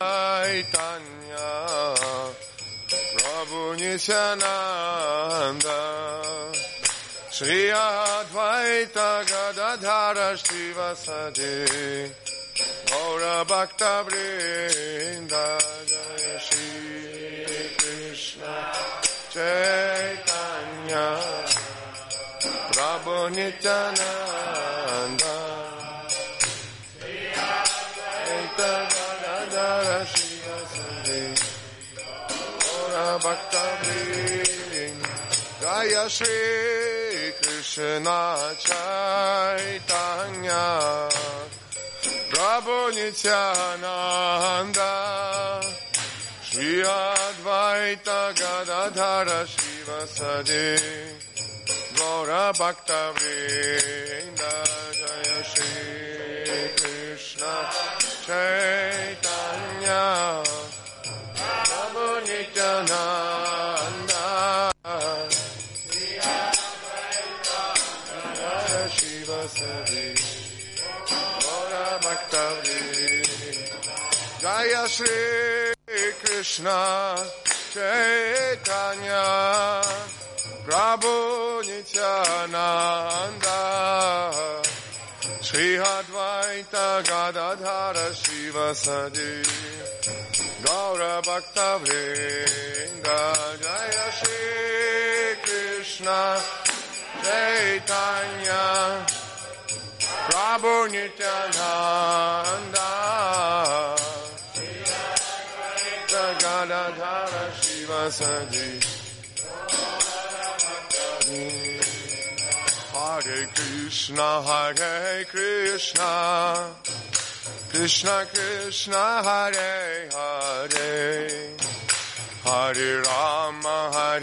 Chaitanya Prabhu Nityananda Shri Advaita Gadadhara Srivasadi Gaura Bhakta Vrinda Jaya Shri Krishna Chaitanya Prabhu Nityananda Shri Advaita Gadadhara Srivasadi Gaura Bhakta Vrinda Jaya Shri Krishna Chaitanya Prabhu Nityananda Shri Advaita Gadadhara Srivasadi Gaura Bhakta Vrinda Jaya Shri Krishna Chaitanya Prabhu Nityananda Shri Advaita Gadadhara Srivasadi Gaura Bhakta Jaya Shri Krishna Chaitanya Prabhu Nityananda Shri Advaita Gadadhara Srivasadi Gaura Bhakta Vrinda Jaya Shri Krishna Chaitanya Prabhu Nityananda Gadadhara Srivasadi Hare Krishna Krishna Krishna Hare Hare Hare Rama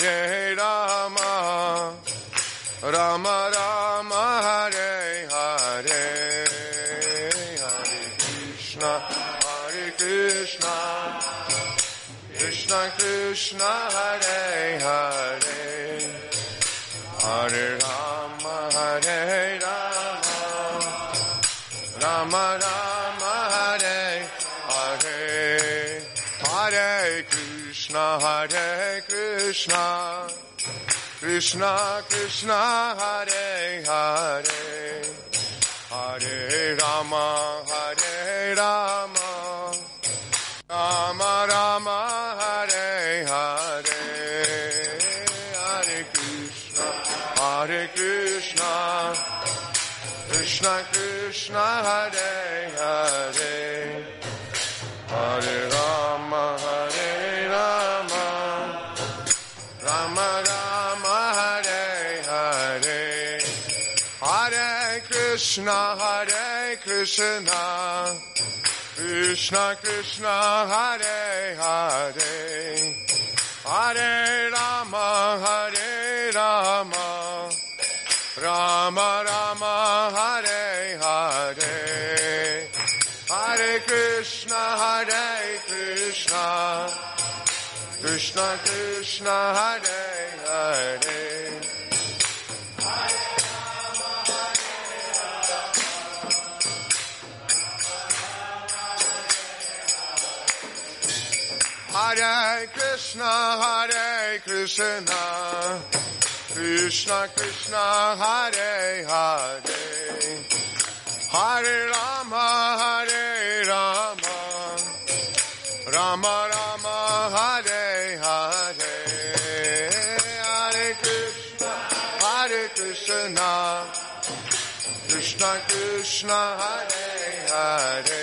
Rama Rama Hare Hare Hare Krishna Krishna Krishna Hare Hare Hare Rama Rama Rama Hare Hare Hare Krishna Krishna Krishna Hare Hare Hare Rama Rama Rama Hare Hare Hare Krishna Krishna Krishna Hare Hare Hare Rama Rama Rama Hare Hare Hare Krishna Krishna Krishna Hare Hare Hare Rama Rama Rama Hare Hare Hare Krishna Krishna Krishna Hare Hare Hare Krishna Krishna Krishna Hare Hare Hare Rama Rama Rama Hare Hare Hare Krishna Krishna Krishna Hare Hare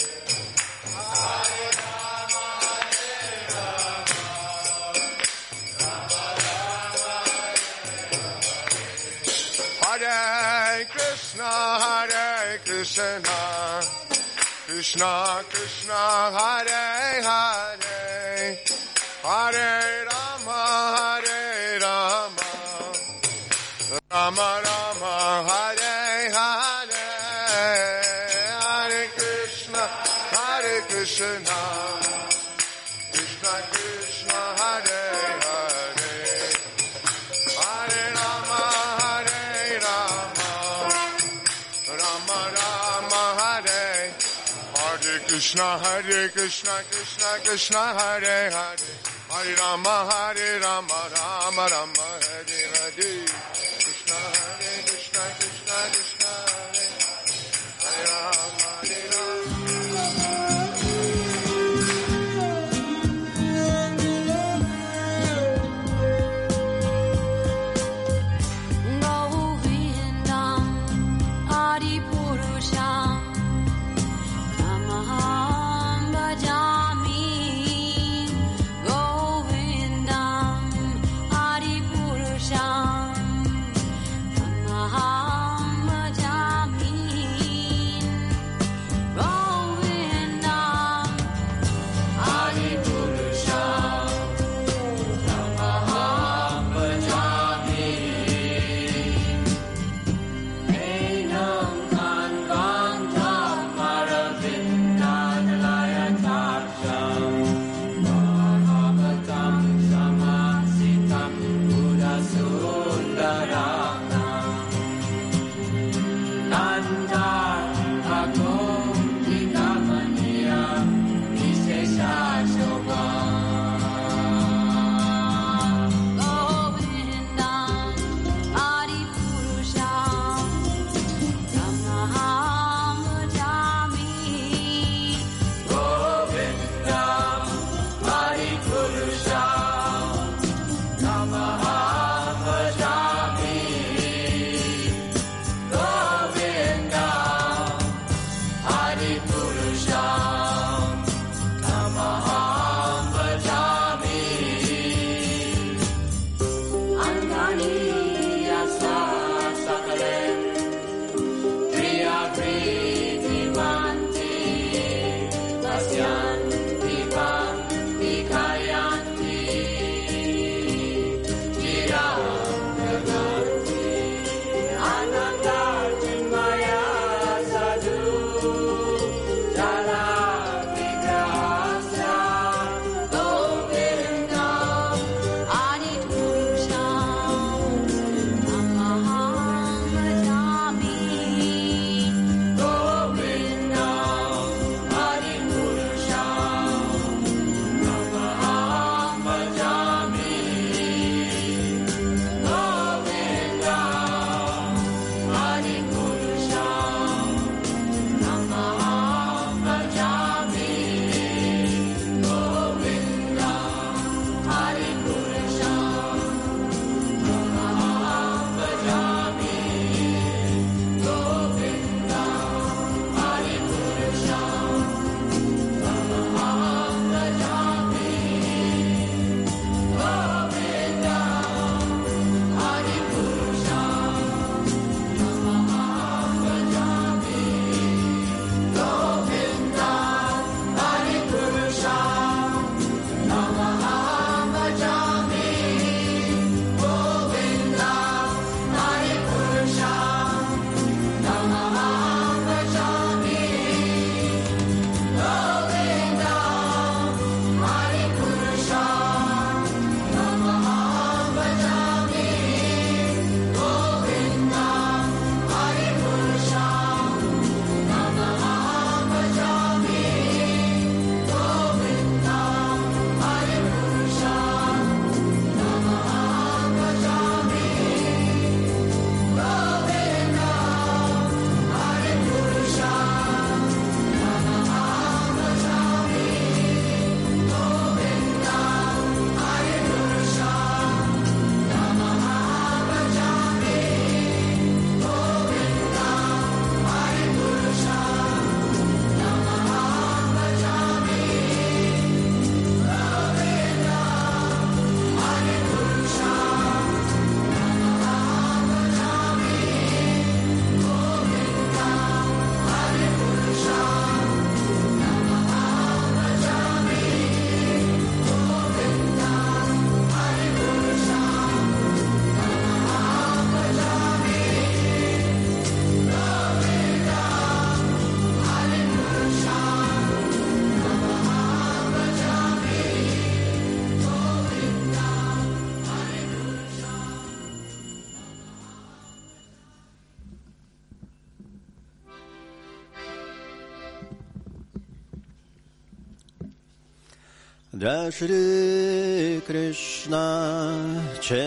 Hare Krishna Krishna Krishna Hare Hare Hare Rama Rama Rama Hare Hare Hare Krishna Krishna Krishna Hare Hare Hare Rama Rama Rama Hare Hare Krishna Hare Krishna Krishna Krishna Hare Hare Hare Rama Rama Rama Hare Hare Krishna Hare Krishna Krishna Krishna Hare Hare Rama Hare Rama Jai Shri Krishna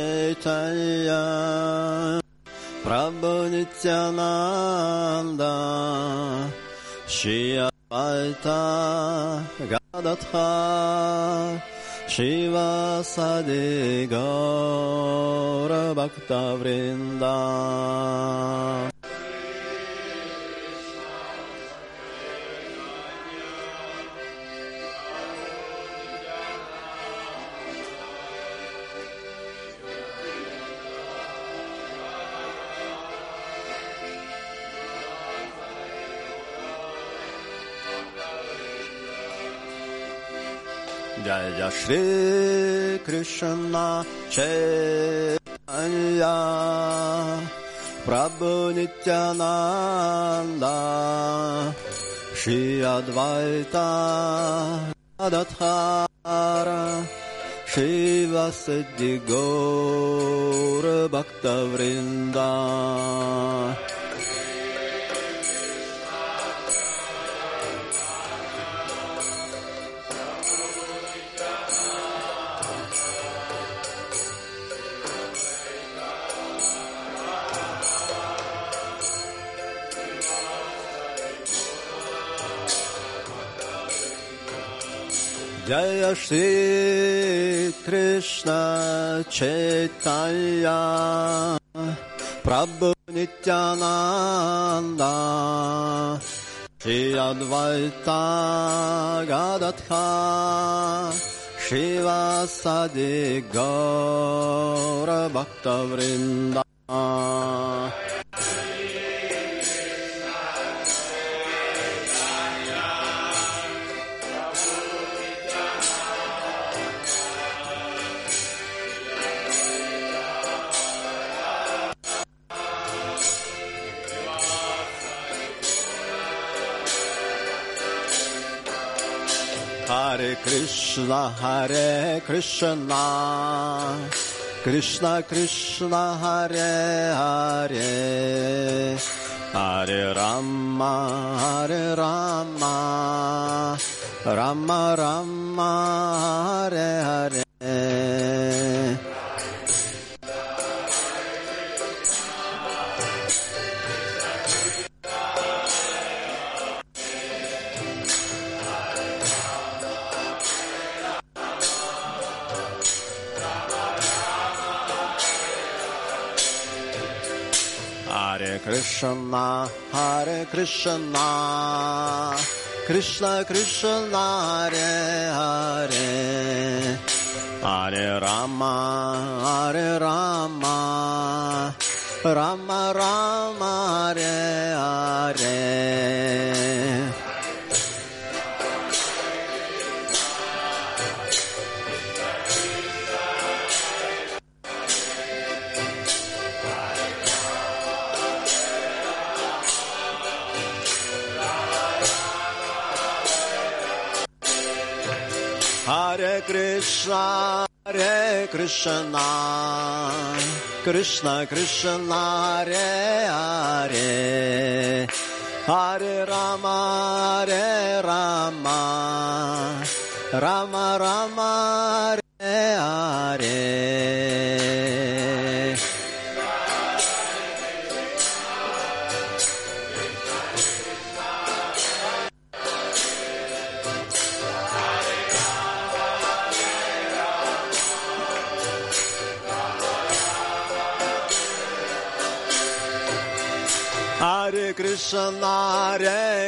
Chaitanya Prabhu Nityananda Shri Advaita Gadadhar Shiva Sadi Gaura Bhakta Vrinda. Jaya Shri Krishna Chaitanya Prabhu Nityananda Shri Advaita Gadadhara Shiva Siddhi Gaura Bhakta Vrinda. Jaya Shri Krishna Chaitanya Prabhu Nityananda Shri Advaita Gadadhar Shiva Sadi Gaura Bhakta Vrinda. Hare Krishna, Krishna Krishna, Hare Hare, Hare Rama, Rama Rama, Hare Hare. Hare Krishna, Krishna Krishna, Hare Hare, Hare Rama, Rama Rama, Hare Hare. Hare Krishna, Krishna Krishna, Hare Hare, Hare Rama, Rama Rama, Hare Hare. Hare Krishna,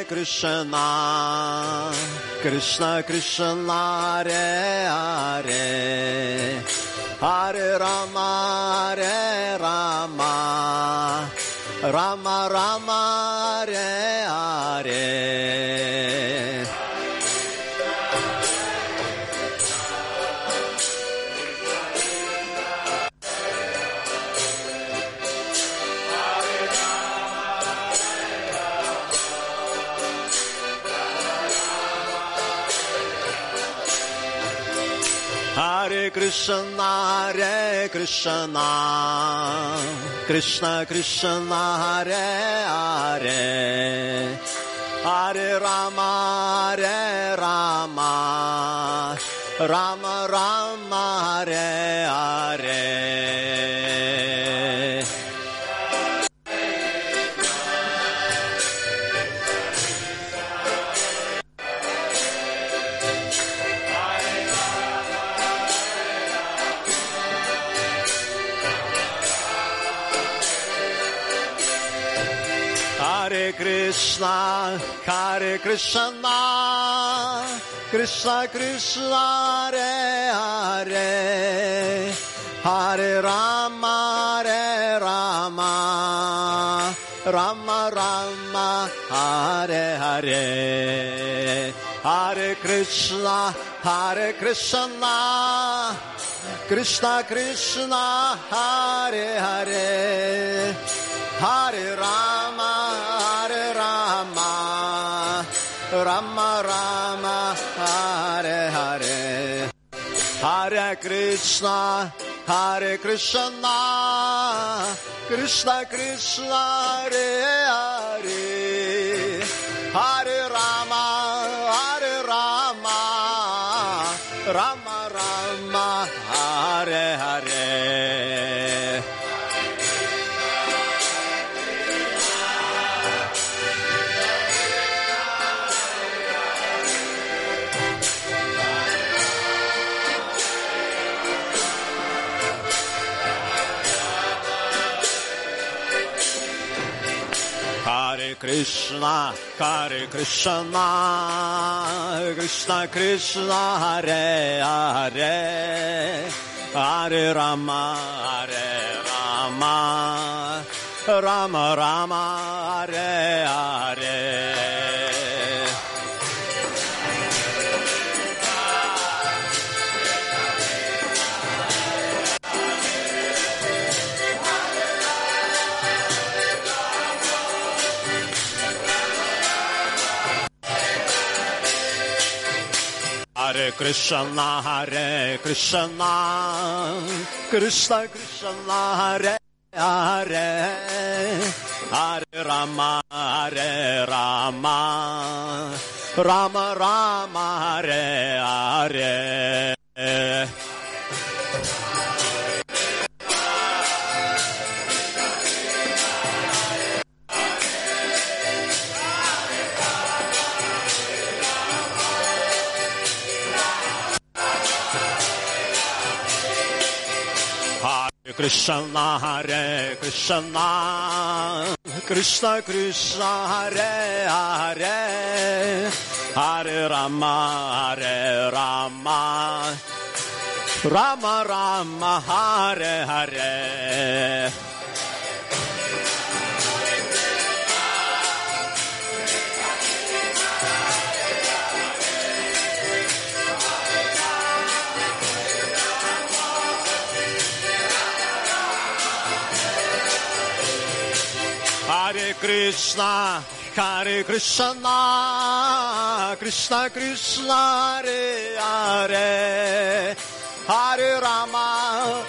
Krishna Krishna, Hare Hare, Hare Rama, Rama Rama, Hare Hare. Hare Krishna, Krishna Krishna, Hare Hare, Hare Rama, Rama Rama Hare Hare. Hare Krishna, Hare Krishna, Krishna Krishna, Hare Hare, Hare Rama, Hare Rama, Rama Rama, Hare Hare, Hare Krishna, Krishna Krishna, Hare Hare, Hare Rama, Rama Rama, Hare Hare, Hare Krishna, Krishna Krishna, Hare Hare, Hare Rama, Rama Rama, Hare Hare. Hare Krishna, Krishna Krishna, Hare Hare, Hare Rama, Rama Rama, Hare Hare. Hare Krishna, Krishna Krishna, Hare Hare, Hare Rama, Rama Rama, Hare Hare. Krishna, Krishna Krishna, Hare Hare, Hare Rama, Rama Rama, Hare Hare. Hare Krishna, Krishna Krishna, Hare Hare, Hare Rama,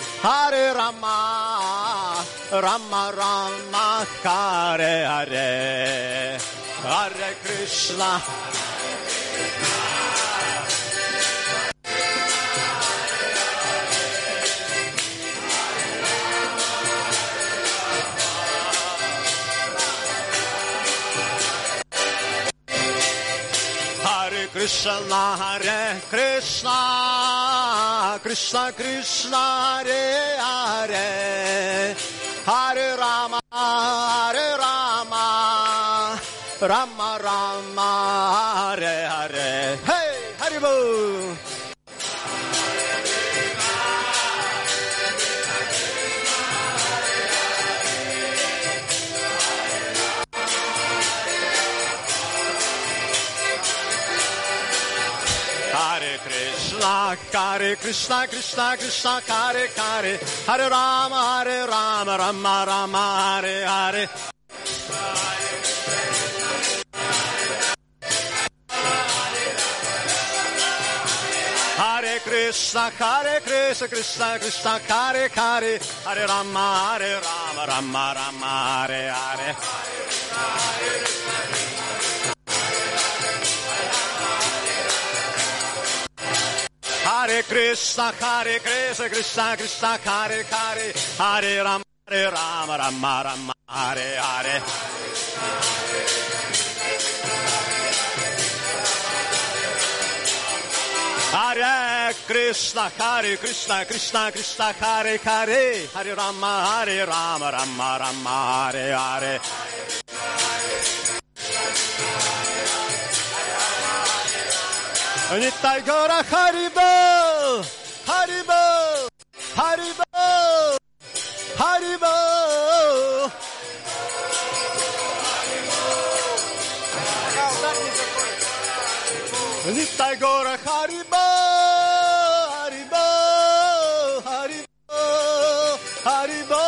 Rama Rama, Hare Hare, Hare Krishna. Krishna, Hare Krishna, Krishna Krishna, Hare Hare, Hare Rama, Rama Rama, Hare Hare. Hey, Haribo. Hare Krishna, Krishna Krishna, Hare Hare, Hare Rama, Rama Rama, Hare Hare. Hare Krishna, Krishna Krishna, Hare Hare, Hare Rama, Rama Rama, Hare Hare. Hare Krishna, Krishna Krishna, Hare Hare, Hare Rama, Rama Rama, Hare Hare. Hare Krishna, Krishna Krishna, Hare Hare, Hare Rama, Rama Rama, Hare Hare. Nittai Gaura Haribo, Haribo, Haribo, Haribo. Nittai Gaura Haribo, Haribo, Haribo, Haribo.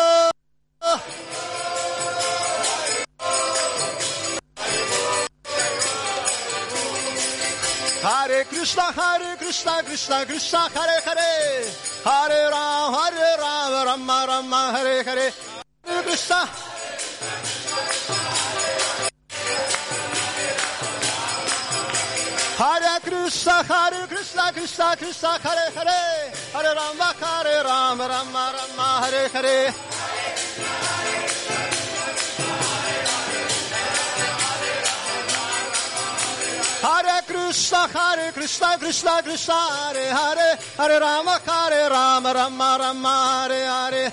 Hare Krishna, Krishna Krishna, Hare Hare, Hare Rama, Rama Rama, Hare Hare, Hare Krishna. Hare Krishna, Krishna Krishna, Hare Hare, Hare Rama, Rama Rama, Hare Hare. Hare Krishna, Krishna Krishna, Hare Hare, Hare Rama, Rama Rama, Hare Hare.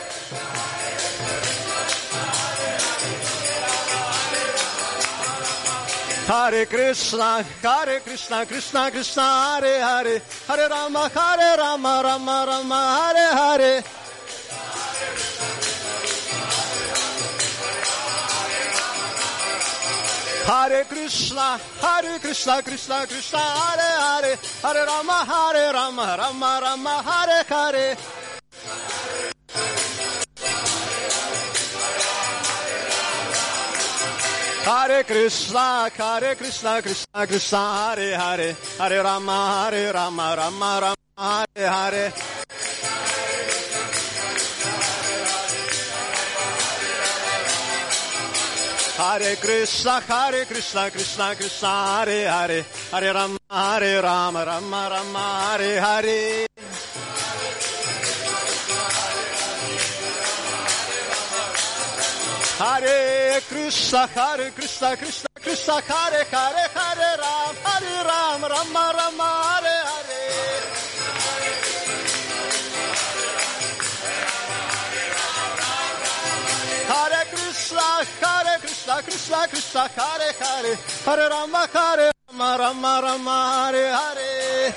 Hare Krishna, Krishna Krishna, Hare Hare, Hare Rama, Rama Rama, Hare Hare. Hare Krishna, Krishna Krishna, Hare Hare, Hare Rama, Rama Rama, Hare Hare. Hare Krishna, Krishna Krishna, Hare Hare, Hare Rama, Rama Rama, Hare Hare. Hare Krishna, Krishna Krishna, Hare Hare, Hare Rama, Rama Rama, Hare Hare. Hare Krishna, Krishna, Hare Hare, Hare Rama, Rama Rama, Hare Hare. Hare Krishna, Krishna, Hare Hare, Hare Rama, Rama Rama, Hare Hare.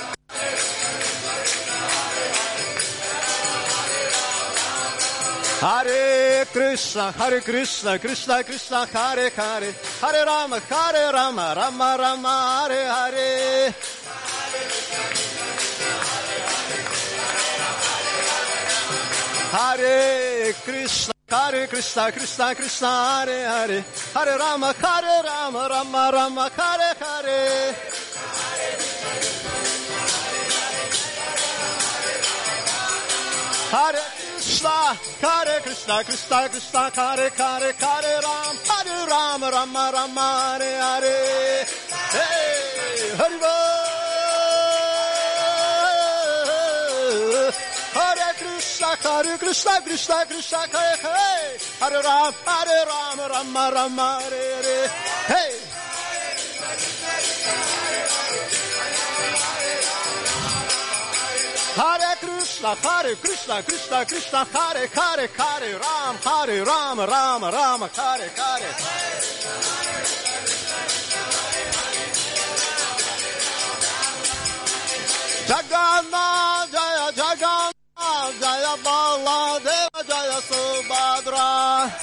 Hare Krishna, Krishna, Hare Hare, Hare Rama, Rama Rama, Hare Hare. Hare Krishna, Krishna, Hare Hare, Hare Rama, Rama Rama, Hare Hare. Hare Krishna, Krishna, Hare Rama, Rama Rama, Hare Hare. Hey, Hari Bol. Hare Krishna, Krishna, Hare Hare, Hare Rama, Rama Rama, Hare Hare. Hey. Hare Krishna, Krishna, Hare Rama, Rama, Hare Hare. Jagannath, Jaya Jagannath, Jaya Baladeva, Jaya Subhadra.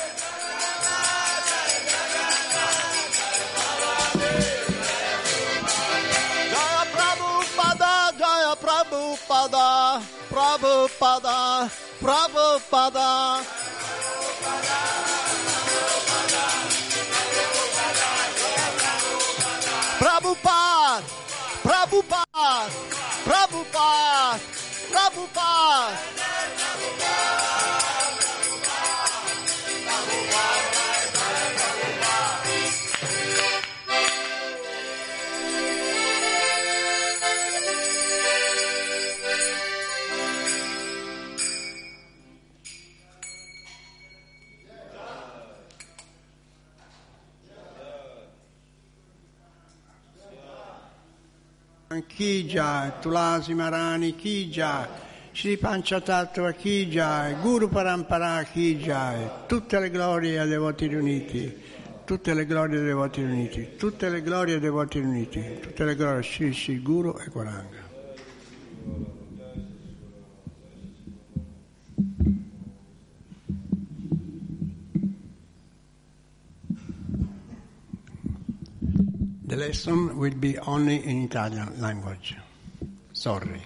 Jaya Prabhupada, Jaya Prabhupada, Prabhupada, Prabhupada. Prabhupada, Prabhupada, Prabhupada, Prabhupada. Bhagavan Ki Jai, Tulasi Marani Ki Jai, Shri Panchatattva Ki Jai, Guru Parampara Ki Jai, tutte le glorie ai devoti riuniti, tutte le glorie ai devoti riuniti, tutte le glorie ai devoti riuniti, tutte le glorie a Shri Shri Guru e Gauranga. The lesson will be only in Italian language. Sorry.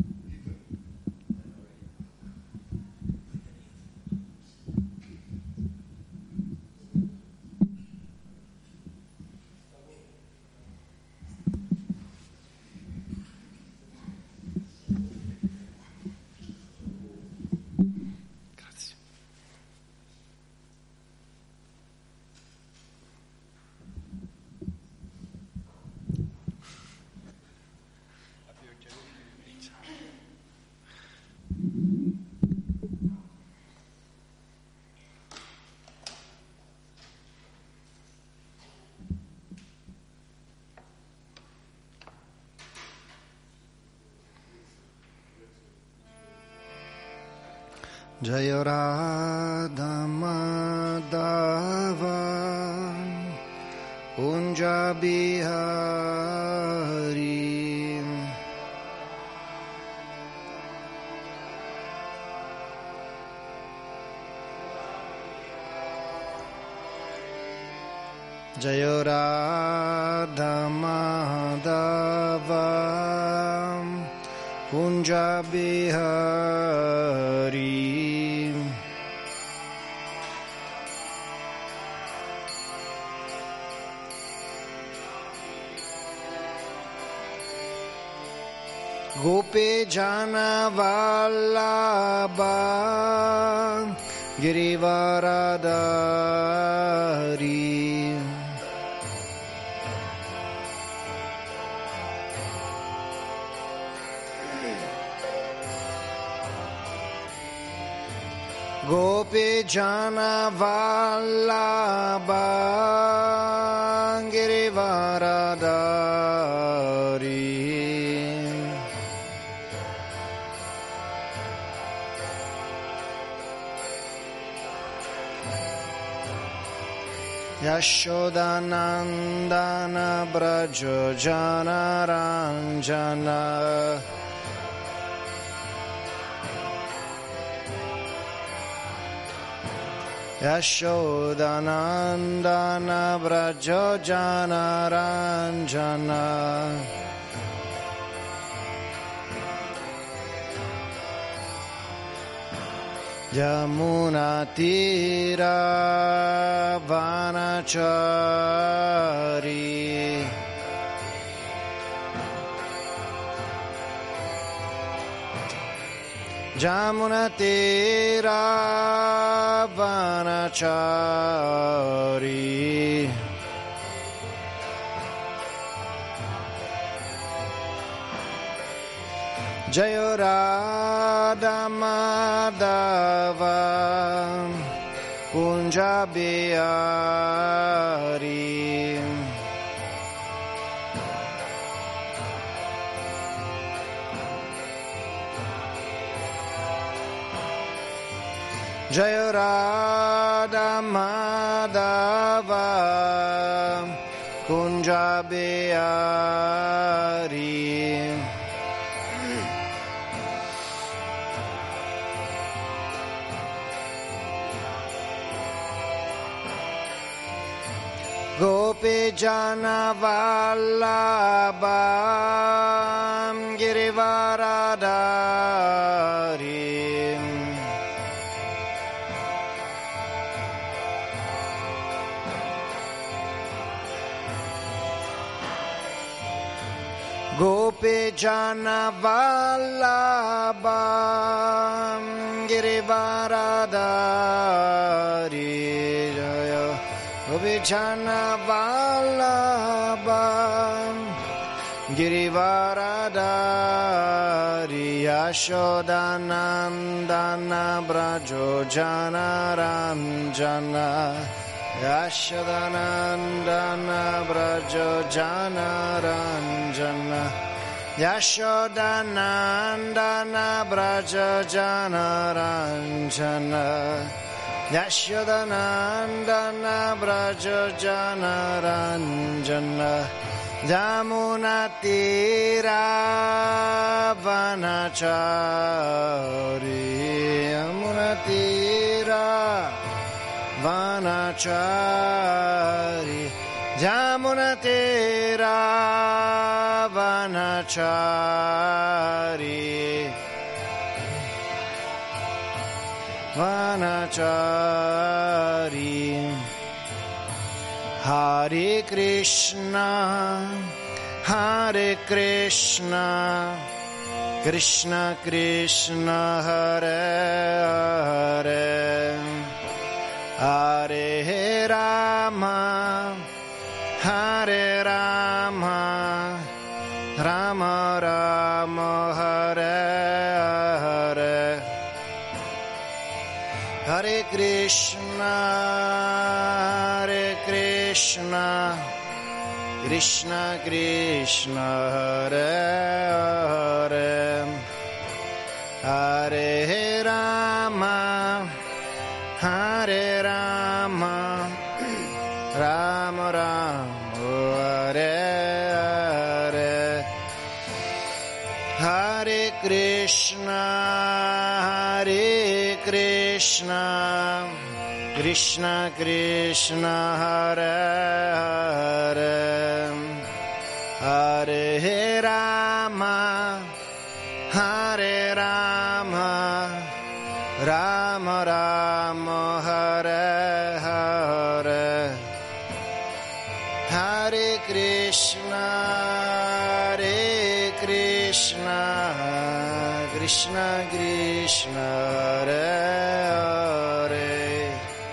Jaya Radha Madhava Kunja Bihari Jaya Radha Madhava Kunja Bihari Gope Jana Vallabha Girivaradari Gope Jana Vallabha Girivaradari Yashodanandana Brajo Jana Ranjana Yashodanandana Brajo Jana Ranjana Yamuna Tira Vanachari Jamuna Tira Vanachari Jaya Radha Madhava Kunja Bihari Jaya Radha Madhava Kunja Bihari Gopi Jana Vallabha Girivaradari Gopi Jana Vallabha Girivaradari Gopi Jana Vallabha Girivaradari Yashodanandana Brajo Jana Ranjana Yashodanandana Brajo Jana Ranjana Yashodanandana Braja Janaranjana Yashodanandana Braja Janaranjana Jamunatira Vanachari Jamunatira Vanachari Jamunatira Vanachari Vanachari Hare Krishna Hare Krishna Krishna Krishna Hare Hare Hare Rama Hare Rama Rama Rama Hare Hare Hare Krishna Hare Krishna Krishna Krishna Hare Hare Hare Rama Hare Rama Rama Rama Hare Hare Hare Krishna Hare Krishna Krishna Krishna Hare Hare Hare Rama Hare Rama Rama Rama Hare Hare Hare Krishna Hare Krishna Krishna Krishna Hare Hare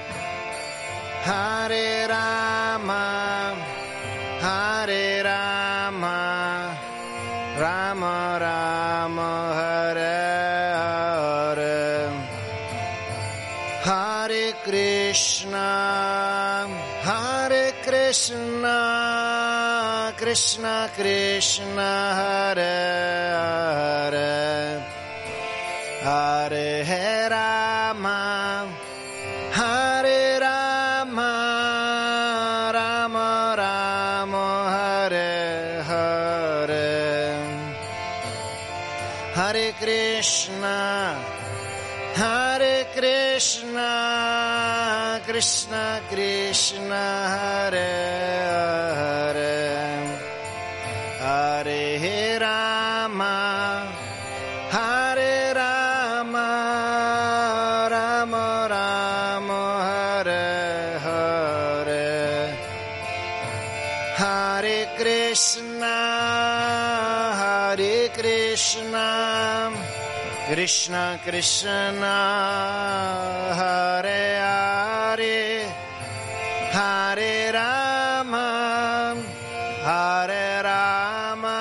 Hare Rama Hare Rama Rama Rama Hare Hare Hare Krishna Hare Krishna Krishna Krishna Hare Hare Hare Rama Hare Rama Rama Rama Hare Hare Hare Krishna Hare Krishna Krishna Krishna Hare Hare Hare Rama Hare Rama Rama Rama Hare Hare Hare Krishna Hare Krishna Krishna Krishna Hare Hare Hare Rama Hare Rama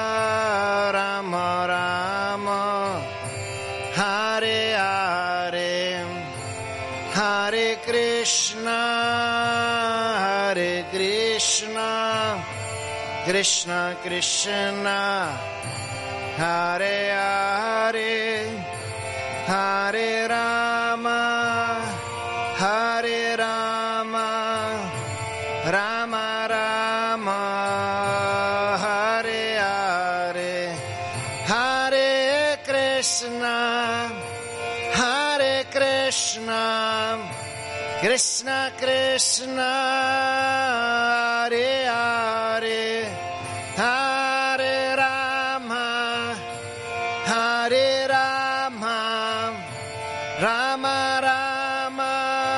Rama Rama Hare Hare Hare Krishna Hare Krishna Krishna Krishna Hare Hare Hare Rama Hare Rama Rama Rama Hare Hare Hare Krishna Hare Krishna Krishna Krishna Hare Hare Hare Rama Hare Rama Rama Rama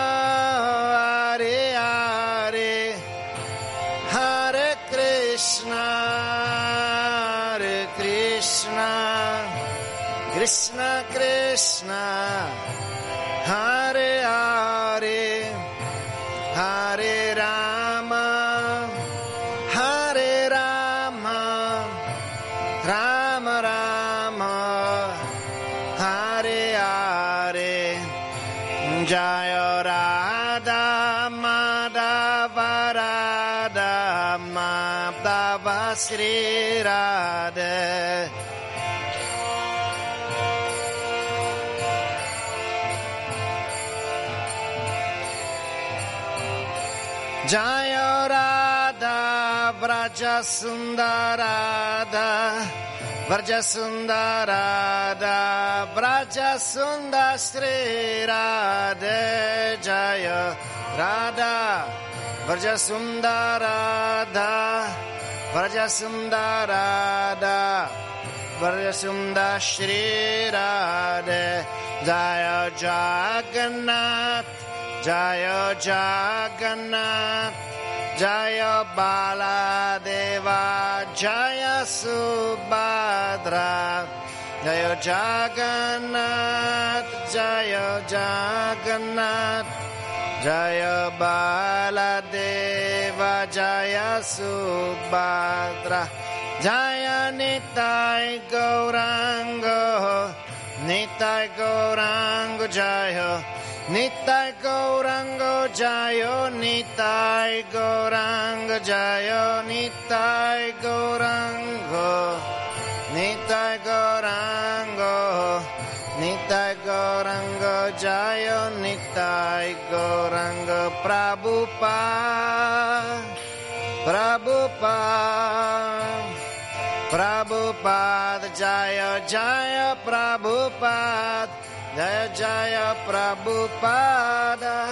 Hare Hare Hare Krishna Hare Krishna Krishna Krishna Hare Hare Hare Rama Hare Rama Rama Rama Hare Hare Jaya Radha Madhava Radha Madhava Sri Radhe. Jaya Radha Vraja Sundarada Vraja Sundarada Vraja Sundar Sri Radhe Jaya Radha Vraja Sundarada Vraja Sundarada Vraja Sundar Sri Radhe Jaya Jagannath Jaya Jagannath, Jaya Baladeva, Jaya Subhadra, Jaya Jagannath, Jaya Jagannath, Jaya Baladeva, Jaya Subhadra, Jaya Nitai Gaurango, Nitai Gaurango, Jaya Nitai Gaurango Jayo, Nitai Gaurango Jayo, Nitai Gaurango, Nitai Gaurango, Nitai Gaurango Jayo, Nitai Gaurango, Prabhupada, Prabhupada, Prabhupada Jaya Jaya Prabhupada. Jaya Jaya Prabhupada,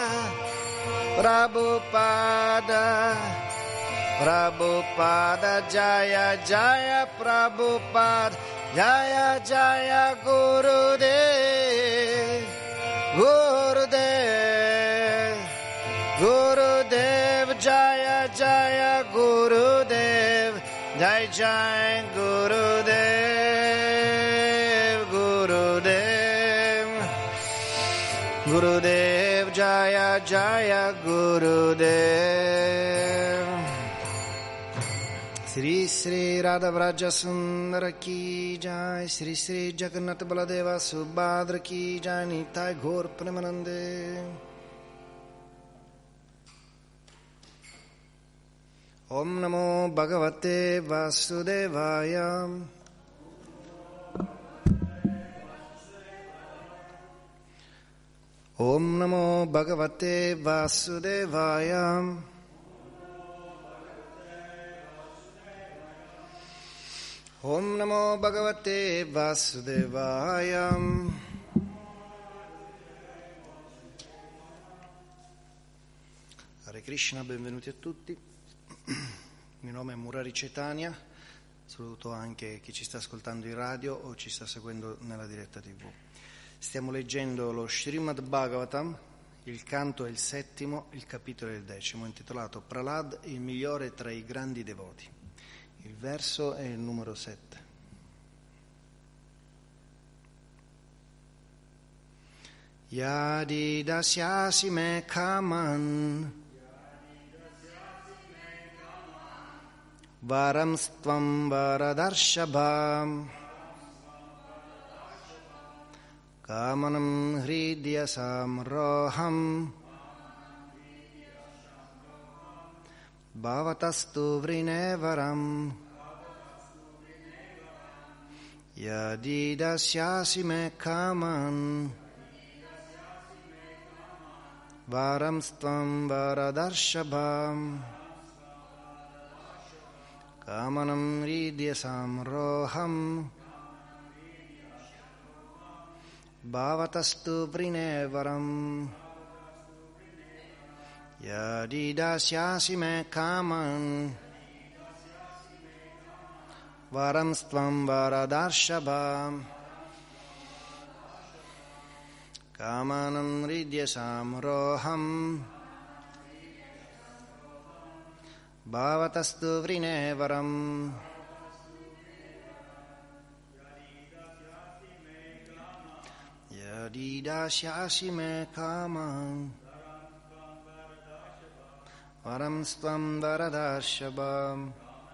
Prabhupada, Prabhupada Jaya Jaya Prabhupada, Jaya Jaya Gurudev, Gurudev, Gurudev Jaya Jaya Gurudev, Jai Jai Gurudev, Gurudev. Gurudev Jaya Jaya Gurudev. Sri Sri Radha Vraja Sundara Ki Jai, Sri Sri Jagannath Baladeva Subhadra Ki Jai, Nitai Gaur Premanande. Om Namo Bhagavate Vasudevaya. Om Namo Bhagavate Vasudevaya. Om Namo Bhagavate Vasudevaya. Hare Krishna, benvenuti a tutti. Il mio nome è Murari Chaitanya. Saluto anche chi ci sta ascoltando in radio o ci sta seguendo nella diretta TV. Stiamo leggendo lo Srimad Bhagavatam, il canto è il 7, il capitolo è il 10, intitolato Prahlad, il migliore tra i grandi devoti. Il verso è il numero 7. Yadi dasyasi me kaman varam stvam varadarshabham Kamanam hridya samroham bhavatastu vrinevaram yadi dasyasi me kaman varam stvam varadarshabham kamanam hridya samroham Bhavatastu vrinevaram Yadi dasyasi me kaman Varam stvam varadarshabham Kamanam hridya samroham Bhavatastu vrinevaram Yadi dasyasi me kaman Varam stvam varadarshabham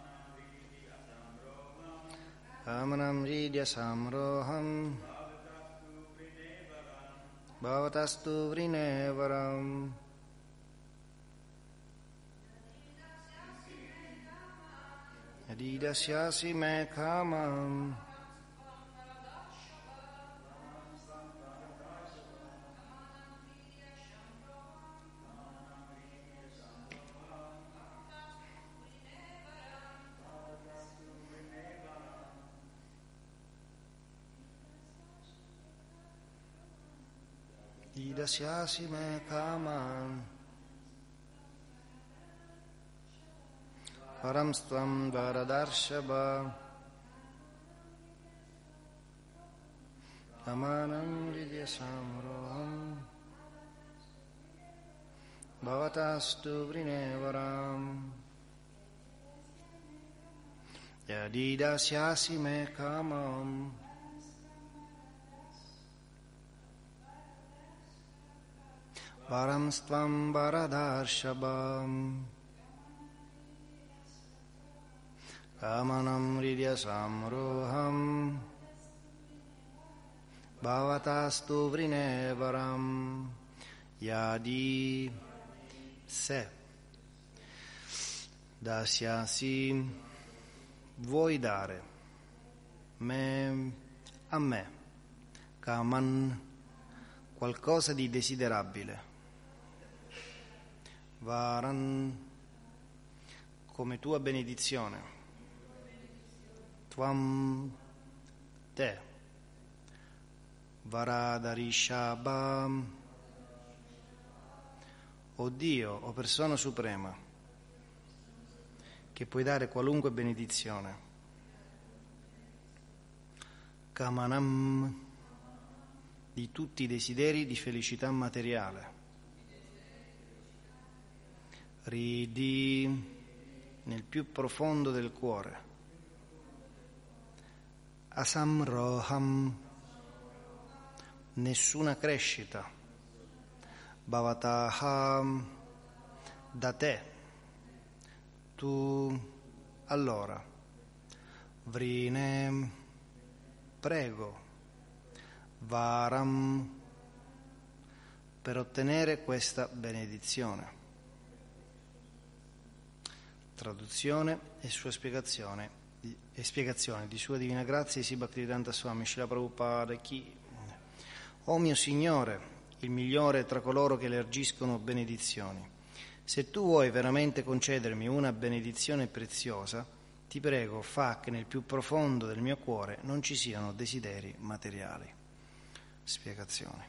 Kamanam hridya samroham Bhavatastu vrinevaram Yadidasyasi me kamam Yadidasyasi me kamam Paramstvam Varadarshaba Amanam Vidyasamroham Bhavatastu Vrinevaram Yadidasyasi me kamam Paramstvam Varadarshaba Kamanam Ridya Samroham Bhavatastu Vrinevaram Yadi Se Dasyasi vuoi dare a me Kaman qualcosa di desiderabile Varan come tua benedizione Tvam te Varadarishabam o Dio o persona suprema che puoi dare qualunque benedizione Kamanam di tutti i desideri di felicità materiale Ridi nel più profondo del cuore Asamroham nessuna crescita Bhavataham da te tu allora Vrine prego Varam per ottenere questa benedizione. Traduzione e sua spiegazione di Sua Divina Grazia Isi Bhaktivedanta Swami Srila Prabhupada Ki. O mio Signore, il migliore tra coloro che elargiscono benedizioni, se tu vuoi veramente concedermi una benedizione preziosa, ti prego, fa che nel più profondo del mio cuore non ci siano desideri materiali. Spiegazione.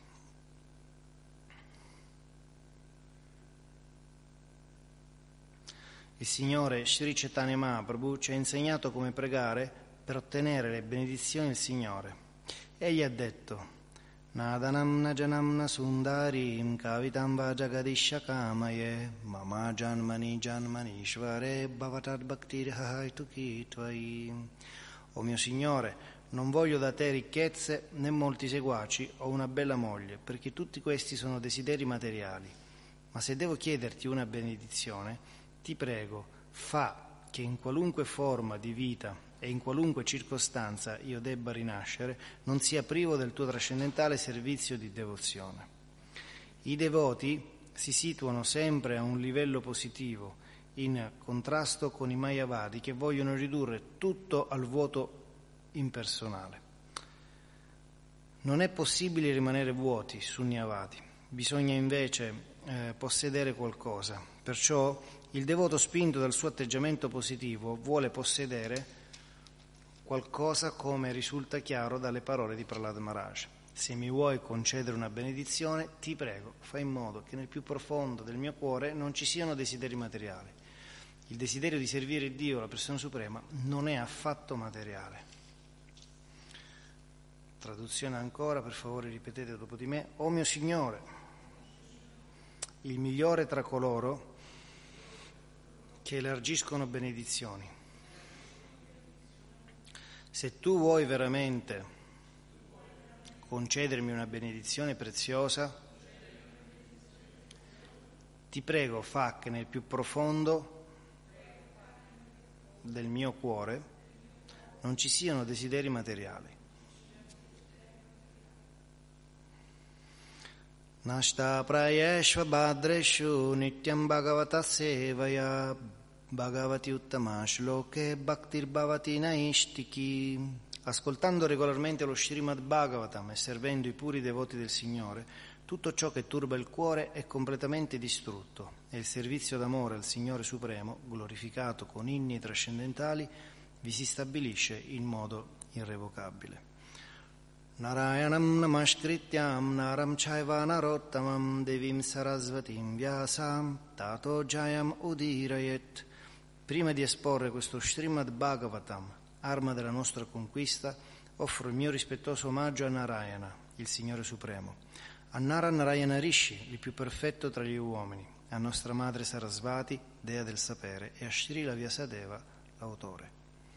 Il Signore Sri Chaitanya Mahaprabhu ci ha insegnato come pregare per ottenere le benedizioni del Signore. Egli ha detto: Nadanam najanam nasundarim kavitam vajagadisha kamaye mama janmani janmanishvare bhavatad bhaktir hahaitu tvai. O mio Signore, non voglio da te ricchezze né molti seguaci o una bella moglie, perché tutti questi sono desideri materiali. Ma se devo chiederti una benedizione, ti prego, fa che in qualunque forma di vita e in qualunque circostanza io debba rinascere, non sia privo del tuo trascendentale servizio di devozione. I devoti si situano sempre a un livello positivo, in contrasto con i Mayavadi che vogliono ridurre tutto al vuoto impersonale. Non è possibile rimanere vuoti, Sunyavadi, bisogna invece possedere qualcosa. Perciò il devoto, spinto dal suo atteggiamento positivo, vuole possedere qualcosa, come risulta chiaro dalle parole di Prahlad Maharaj. Se mi vuoi concedere una benedizione, ti prego, fai in modo che nel più profondo del mio cuore non ci siano desideri materiali. Il desiderio di servire Dio, la persona suprema, non è affatto materiale. Traduzione ancora, per favore ripetete dopo di me. O mio Signore, il migliore tra coloro che elargiscono benedizioni, se tu vuoi veramente concedermi una benedizione preziosa, ti prego, fa che nel più profondo del mio cuore non ci siano desideri materiali. Nashta prayeshva bhadreshu nityam bhagavata sevaya Bhagavati Uttama Shloke Bhaktir Bhavati Naishtiki. Ascoltando regolarmente lo Srimad Bhagavatam e servendo i puri devoti del Signore, tutto ciò che turba il cuore è completamente distrutto e il servizio d'amore al Signore Supremo, glorificato con inni trascendentali, vi si stabilisce in modo irrevocabile. Narayanam namaskrityam naram chaiva narottamam devim sarasvatim vyasam tato jayam udirayet. Prima di esporre questo Srimad Bhagavatam, arma della nostra conquista, offro il mio rispettoso omaggio a Narayana, il Signore Supremo, a Nara Narayana Rishi, il più perfetto tra gli uomini, a nostra madre Sarasvati, dea del sapere, e a Srila Vyasadeva, l'autore.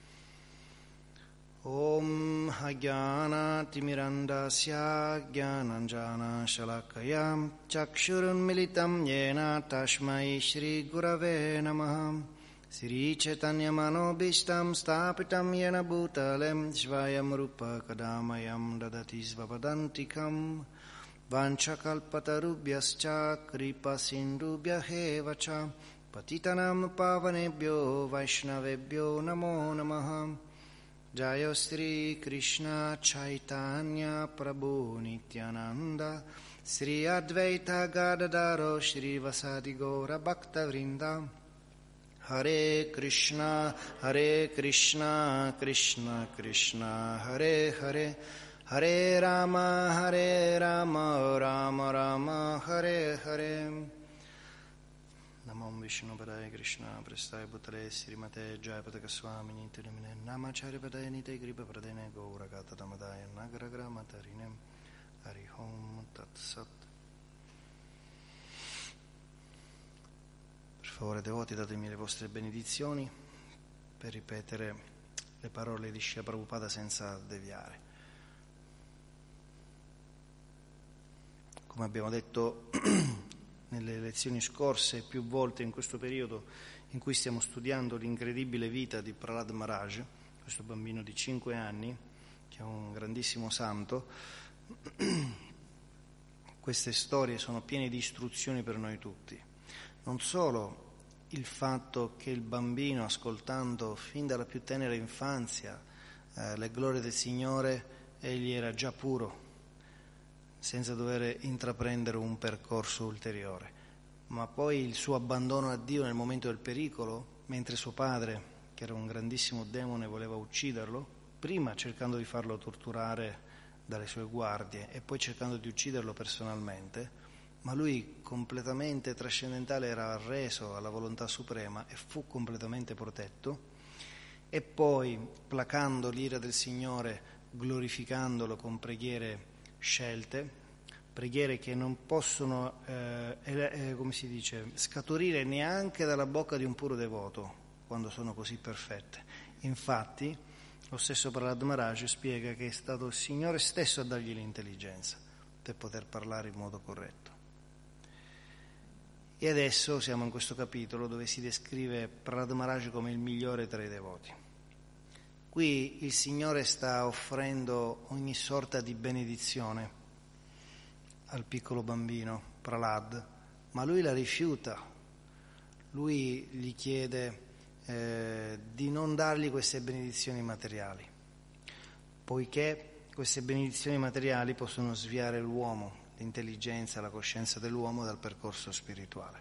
Om Hagyana Timirandasya Gyananjana Shalakayam Chakshurun Militam Yena Tashmai Shri Gurave Namaha Sri Chaitanya Manobishtam Stapitam Yena Bhutalem Svayam Rupa Kadamayam Dadati Svavadantikam Vanchakalpatarubhyascha Kripa Sindubhyahevacha Patitanam Pavanebhyo Vaishnavebhyo Namo Namaha. Jaya Sri Krishna Chaitanya Prabhu Nityananda Sri Advaita Gadadaro Sri Vasadi Gaura Bhakta Vrinda Hare Krishna Krishna Krishna Hare Hare Hare Rama Rama Rama Hare Hare. Namam Vishnu Padaya Krishna Prasthaya Bhutale Srimate Jayapataka Swami Nite Lumine Namacharya Padaya Nite Gripa Pradene Gaura Gata Tamadaya Nagaragra Matarinem Harihom Tat Sat. Per favore devoti, datemi le vostre benedizioni per ripetere le parole di Srila Prabhupada senza deviare. Come abbiamo detto nelle lezioni scorse, più volte in questo periodo in cui stiamo studiando l'incredibile vita di Prahlad Maharaj, questo bambino di 5 anni, che è un grandissimo santo, queste storie sono piene di istruzioni per noi tutti. Non solo il fatto che il bambino, ascoltando fin dalla più tenera infanzia le glorie del Signore, egli era già puro, senza dover intraprendere un percorso ulteriore, ma poi il suo abbandono a Dio nel momento del pericolo, mentre suo padre, che era un grandissimo demone, voleva ucciderlo, prima cercando di farlo torturare dalle sue guardie e poi cercando di ucciderlo personalmente, ma lui completamente trascendentale era arreso alla volontà suprema e fu completamente protetto, e poi placando l'ira del Signore, glorificandolo con preghiere scelte, preghiere che non possono scaturire neanche dalla bocca di un puro devoto quando sono così perfette. Infatti lo stesso Prahlad Maharaj spiega che è stato il Signore stesso a dargli l'intelligenza per poter parlare in modo corretto. E adesso siamo in questo capitolo dove si descrive Prahlad Maharaj come il migliore tra i devoti. Qui il Signore sta offrendo ogni sorta di benedizione al piccolo bambino Prahlad, ma lui la rifiuta. Lui gli chiede di non dargli queste benedizioni materiali, poiché queste benedizioni materiali possono sviare l'uomo, l'intelligenza, la coscienza dell'uomo dal percorso spirituale.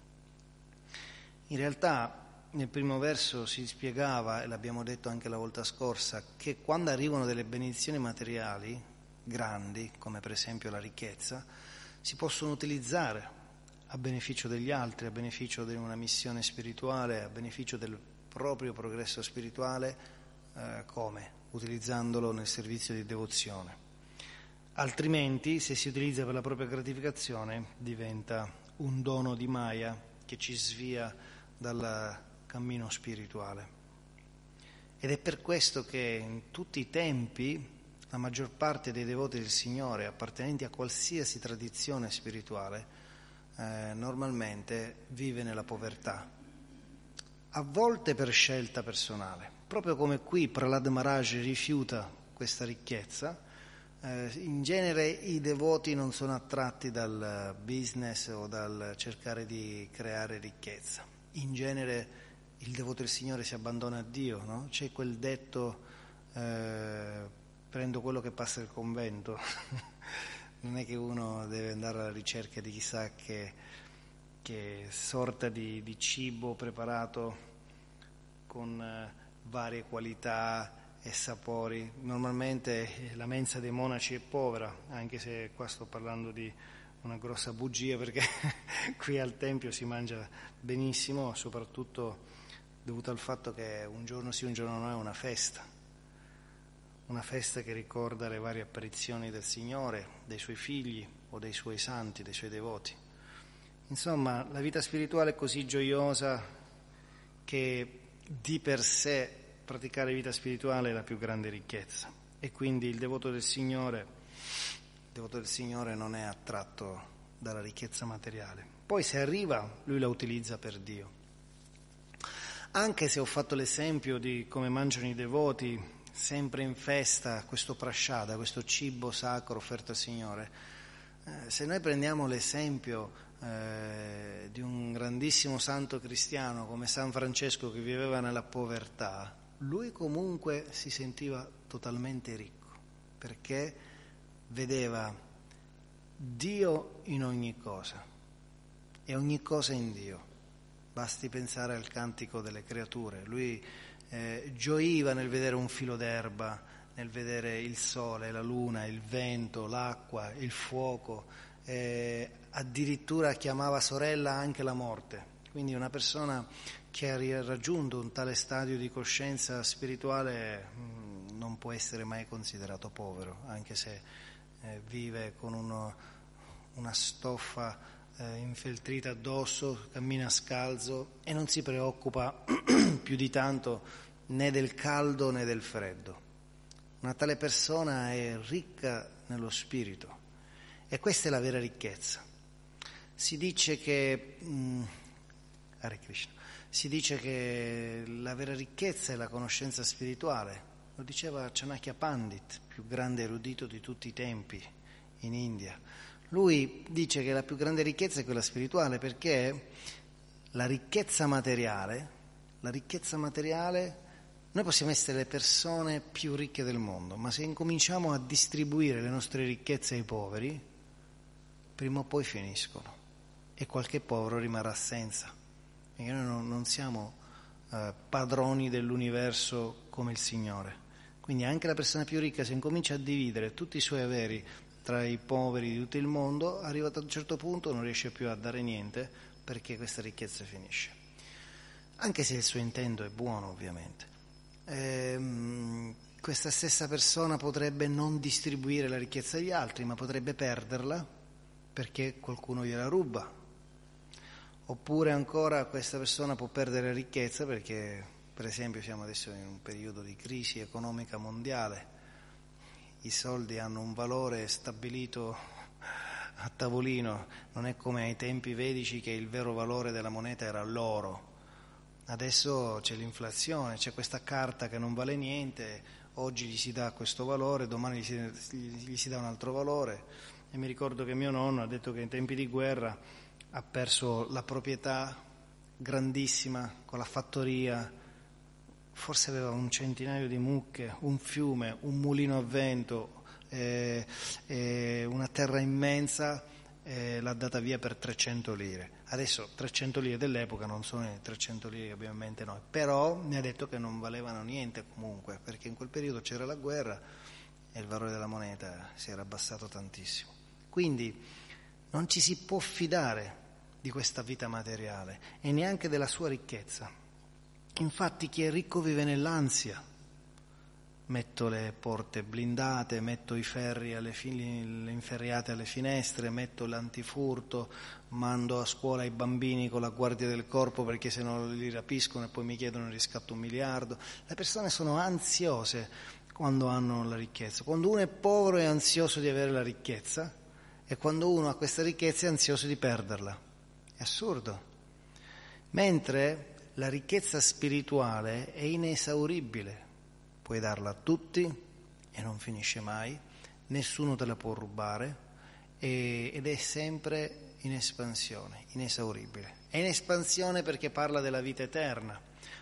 In realtà nel primo verso si spiegava, e l'abbiamo detto anche la volta scorsa, che quando arrivano delle benedizioni materiali grandi, come per esempio la ricchezza, si possono utilizzare a beneficio degli altri, a beneficio di una missione spirituale, a beneficio del proprio progresso spirituale, come? Utilizzandolo nel servizio di devozione. Altrimenti, se si utilizza per la propria gratificazione, diventa un dono di Maya che ci svia dal cammino spirituale. Ed è per questo che in tutti i tempi la maggior parte dei devoti del Signore, appartenenti a qualsiasi tradizione spirituale, normalmente vive nella povertà, a volte per scelta personale, proprio come qui Prahlad Maharaj rifiuta questa ricchezza. In genere i devoti non sono attratti dal business o dal cercare di creare ricchezza. In genere il devoto del Signore si abbandona a Dio, no? C'è quel detto, prendo quello che passa il convento. Non è che uno deve andare alla ricerca di chissà che sorta di cibo preparato con varie qualità e sapori. Normalmente la mensa dei monaci è povera, anche se qua sto parlando di una grossa bugia, perché qui al Tempio si mangia benissimo, soprattutto dovuto al fatto che un giorno sì, un giorno no è una festa che ricorda le varie apparizioni del Signore, dei Suoi figli o dei Suoi santi, dei Suoi devoti. Insomma, la vita spirituale è così gioiosa che di per sé praticare vita spirituale è la più grande ricchezza, e quindi il devoto del Signore non è attratto dalla ricchezza materiale. Poi se arriva, lui la utilizza per Dio. Anche se ho fatto l'esempio di come mangiano i devoti sempre in festa, questo prasciada, questo cibo sacro offerto al Signore, se noi prendiamo l'esempio di un grandissimo santo cristiano come San Francesco, che viveva nella povertà, lui comunque si sentiva totalmente ricco, perché vedeva Dio in ogni cosa e ogni cosa in Dio. Basti pensare al cantico delle creature. Lui gioiva nel vedere un filo d'erba, nel vedere il sole, la luna, il vento, l'acqua, il fuoco, addirittura chiamava sorella anche la morte. Quindi una persona che ha raggiunto un tale stadio di coscienza spirituale non può essere mai considerato povero, anche se vive con una stoffa infeltrita addosso, cammina scalzo e non si preoccupa più di tanto né del caldo né del freddo. Una tale persona è ricca nello spirito, e questa è la vera ricchezza. Si dice che Hare Krishna, si dice che la vera ricchezza è la conoscenza spirituale. Lo diceva Chanakya Pandit, più grande erudito di tutti i tempi in India. Lui dice che la più grande ricchezza è quella spirituale, perché la ricchezza materiale, noi possiamo essere le persone più ricche del mondo, ma se incominciamo a distribuire le nostre ricchezze ai poveri, prima o poi finiscono e qualche povero rimarrà senza, perché noi non siamo padroni dell'universo come il Signore. Quindi anche la persona più ricca, se incomincia a dividere tutti i suoi averi tra i poveri di tutto il mondo, arrivato a un certo punto non riesce più a dare niente, perché questa ricchezza finisce. Anche se il suo intento è buono, ovviamente. Questa stessa persona potrebbe non distribuire la ricchezza agli altri, ma potrebbe perderla perché qualcuno gliela ruba. Oppure ancora questa persona può perdere la ricchezza perché, per esempio, siamo adesso in un periodo di crisi economica mondiale. I soldi hanno un valore stabilito a tavolino, non è come ai tempi vedici che il vero valore della moneta era l'oro. Adesso c'è l'inflazione, c'è questa carta che non vale niente, oggi gli si dà questo valore, domani gli si dà un altro valore. E mi ricordo che mio nonno ha detto che in tempi di guerra ha perso la proprietà grandissima con la fattoria, forse aveva un centinaio di mucche, un fiume, un mulino a vento, una terra immensa, l'ha data via per 300 lire. Adesso 300 lire dell'epoca non sono le 300 lire che abbiamo in mente noi, però mi ha detto che non valevano niente comunque, perché in quel periodo c'era la guerra e il valore della moneta si era abbassato tantissimo. Quindi non ci si può fidare di questa vita materiale e neanche della sua ricchezza. Infatti chi è ricco vive nell'ansia. Metto le porte blindate, metto i ferri le inferriate alle finestre, metto l'antifurto, mando a scuola i bambini con la guardia del corpo perché se no li rapiscono e poi mi chiedono il riscatto 1 miliardo. Le persone sono ansiose quando hanno la ricchezza. Quando uno è povero è ansioso di avere la ricchezza, e quando uno ha questa ricchezza è ansioso di perderla. È assurdo. Mentre la ricchezza spirituale è inesauribile, puoi darla a tutti e non finisce mai, nessuno te la può rubare ed è sempre in espansione, inesauribile. È in espansione perché parla della vita eterna.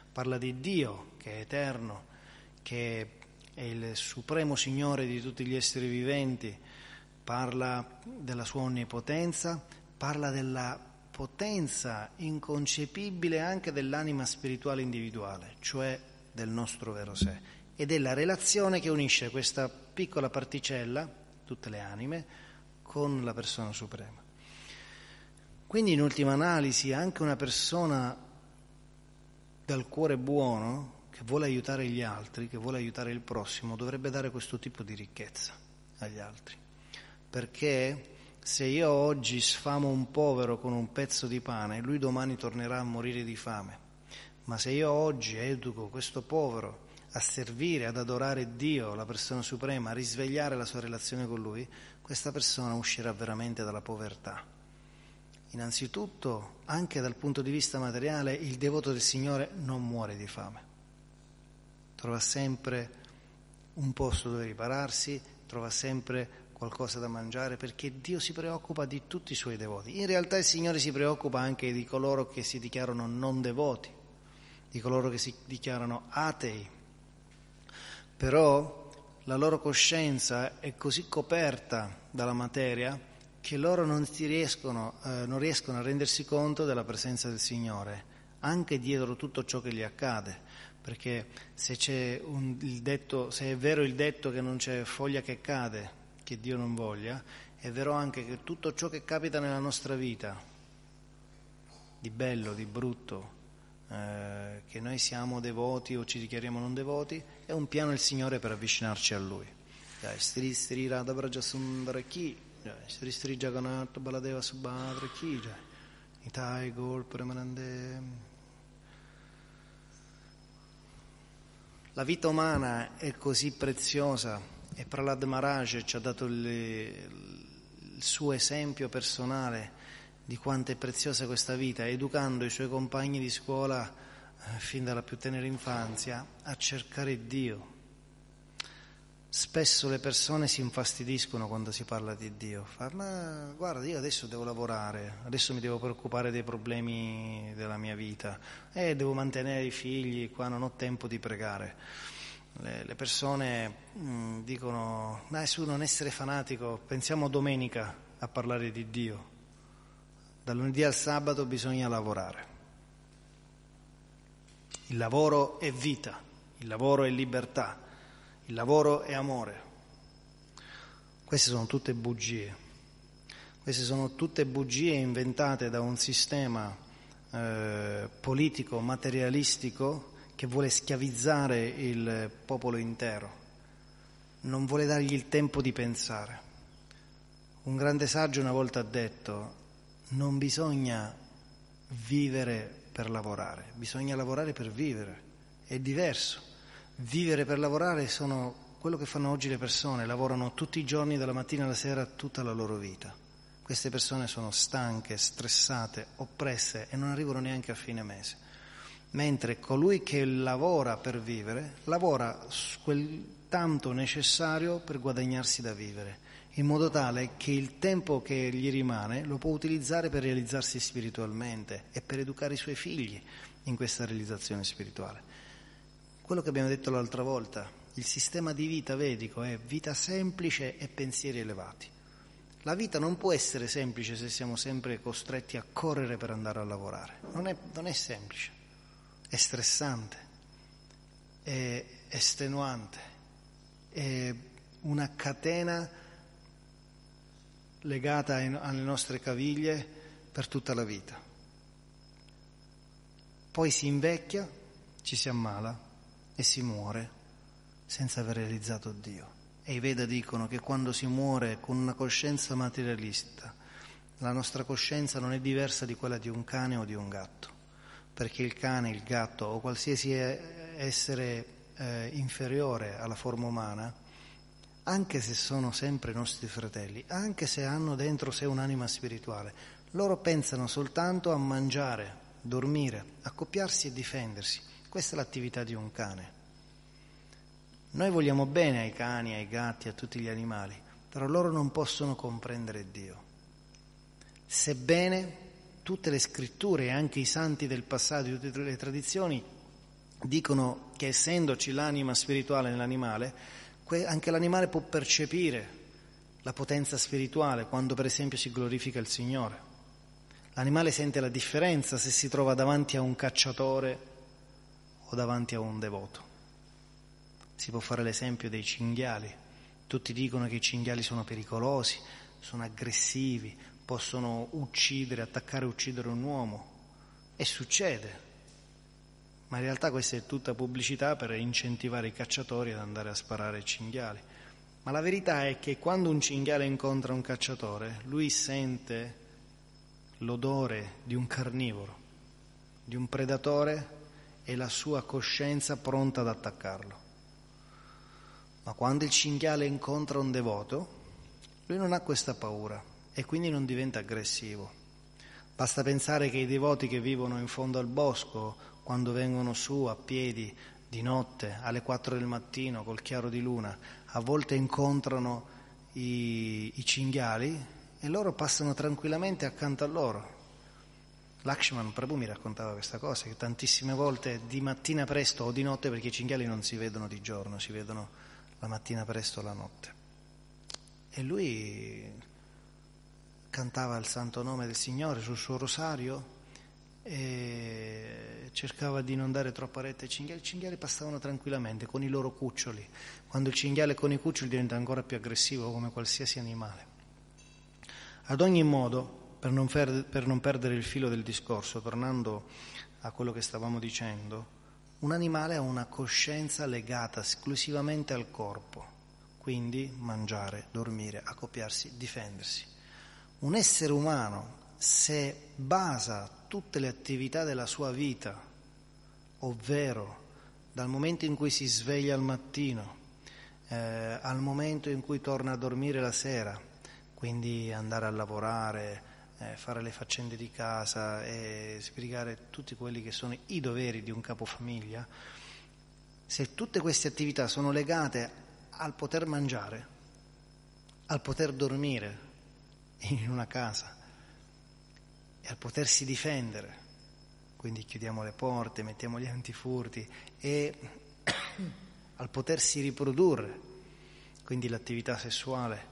parla di Dio che è eterno, che è il supremo Signore di tutti gli esseri viventi, parla della sua onnipotenza, parla della potenza inconcepibile anche dell'anima spirituale individuale, cioè del nostro vero sé, e della relazione che unisce questa piccola particella, tutte le anime, con la persona suprema. Quindi in ultima analisi anche una persona dal cuore buono, che vuole aiutare gli altri, che vuole aiutare il prossimo, dovrebbe dare questo tipo di ricchezza agli altri, perché se io oggi sfamo un povero con un pezzo di pane, lui domani tornerà a morire di fame. Ma se io oggi educo questo povero a servire, ad adorare Dio, la persona suprema, a risvegliare la sua relazione con Lui, questa persona uscirà veramente dalla povertà. Innanzitutto, anche dal punto di vista materiale, il devoto del Signore non muore di fame. Trova sempre un posto dove ripararsi, trova sempre qualcosa da mangiare, perché Dio si preoccupa di tutti i suoi devoti. In realtà il Signore si preoccupa anche di coloro che si dichiarano non devoti, di coloro che si dichiarano atei, però la loro coscienza è così coperta dalla materia che loro non riescono a rendersi conto della presenza del Signore, anche dietro tutto ciò che gli accade, perché se è vero il detto che non c'è foglia che cade che Dio non voglia, è vero anche che tutto ciò che capita nella nostra vita, di bello, di brutto, che noi siamo devoti o ci dichiariamo non devoti, è un piano del Signore per avvicinarci a Lui. Stri Stri Radha Braja Sundara Ki, Stri Stri Jagannath Baladeva Subhadra Ki, Nitai Gaur Premanande. La vita umana è così preziosa e Prahlad Maharaj ci ha dato il suo esempio personale di quanto è preziosa questa vita, educando i suoi compagni di scuola fin dalla più tenera infanzia a cercare Dio. Spesso le persone si infastidiscono quando si parla di Dio, ma guarda, io adesso devo lavorare, adesso mi devo preoccupare dei problemi della mia vita, devo mantenere i figli, qua non ho tempo di pregare. Le persone dicono, dai su, non essere fanatico, pensiamo domenica a parlare di Dio. Dal lunedì al sabato bisogna lavorare. Il lavoro è vita, il lavoro è libertà, il lavoro è amore. Queste sono tutte bugie. Queste sono tutte bugie inventate da un sistema politico, materialistico, che vuole schiavizzare il popolo intero, non vuole dargli il tempo di pensare. Un grande saggio una volta ha detto: non bisogna vivere per lavorare, bisogna lavorare per vivere. È diverso. Vivere per lavorare sono quello che fanno oggi le persone, lavorano tutti i giorni dalla mattina alla sera tutta la loro vita. Queste persone sono stanche, stressate, oppresse e non arrivano neanche a fine mese. Mentre colui che lavora per vivere, lavora quel tanto necessario per guadagnarsi da vivere, in modo tale che il tempo che gli rimane lo può utilizzare per realizzarsi spiritualmente e per educare i suoi figli in questa realizzazione spirituale. Quello che abbiamo detto l'altra volta, il sistema di vita vedico è vita semplice e pensieri elevati. La vita non può essere semplice se siamo sempre costretti a correre per andare a lavorare, non è semplice. È stressante, è estenuante, è una catena legata alle nostre caviglie per tutta la vita. Poi si invecchia, ci si ammala e si muore senza aver realizzato Dio. E i Veda dicono che quando si muore con una coscienza materialista, la nostra coscienza non è diversa di quella di un cane o di un gatto. Perché il cane, il gatto o qualsiasi essere inferiore alla forma umana, anche se sono sempre nostri fratelli, anche se hanno dentro sé un'anima spirituale, loro pensano soltanto a mangiare, dormire, accoppiarsi e difendersi. Questa è l'attività di un cane. Noi vogliamo bene ai cani, ai gatti, a tutti gli animali, però loro non possono comprendere Dio. Sebbene tutte le scritture e anche i santi del passato, tutte le tradizioni dicono che essendoci l'anima spirituale nell'animale, anche l'animale può percepire la potenza spirituale quando per esempio si glorifica il Signore. L'animale sente la differenza se si trova davanti a un cacciatore o davanti a un devoto. Si può fare l'esempio dei cinghiali. Tutti dicono che i cinghiali sono pericolosi, sono aggressivi, possono uccidere, attaccare e uccidere un uomo. E succede. Ma in realtà questa è tutta pubblicità per incentivare i cacciatori ad andare a sparare ai cinghiali. Ma la verità è che quando un cinghiale incontra un cacciatore, lui sente l'odore di un carnivoro, di un predatore, e la sua coscienza pronta ad attaccarlo. Ma quando il cinghiale incontra un devoto, lui non ha questa paura e quindi non diventa aggressivo. Basta pensare che i devoti che vivono in fondo al bosco, quando vengono su a piedi di notte alle 4 del mattino col chiaro di luna, a volte incontrano i cinghiali e loro passano tranquillamente accanto a loro. Lakshman Prabhu mi raccontava questa cosa, che tantissime volte di mattina presto o di notte, perché i cinghiali non si vedono di giorno, si vedono la mattina presto o la notte. E lui cantava il santo nome del Signore sul suo rosario e cercava di non dare troppa retta ai cinghiali. I cinghiali passavano tranquillamente con i loro cuccioli. Quando il cinghiale con i cuccioli diventa ancora più aggressivo, come qualsiasi animale. Ad ogni modo, per non perdere il filo del discorso, tornando a quello che stavamo dicendo, un animale ha una coscienza legata esclusivamente al corpo, quindi mangiare, dormire, accoppiarsi, difendersi. Un essere umano, se basa tutte le attività della sua vita, ovvero dal momento in cui si sveglia al mattino, al momento in cui torna a dormire la sera, quindi andare a lavorare, fare le faccende di casa e sbrigare tutti quelli che sono i doveri di un capofamiglia, se tutte queste attività sono legate al poter mangiare, al poter dormire in una casa e al potersi difendere, quindi chiudiamo le porte, mettiamo gli antifurti, e al potersi riprodurre, quindi l'attività sessuale,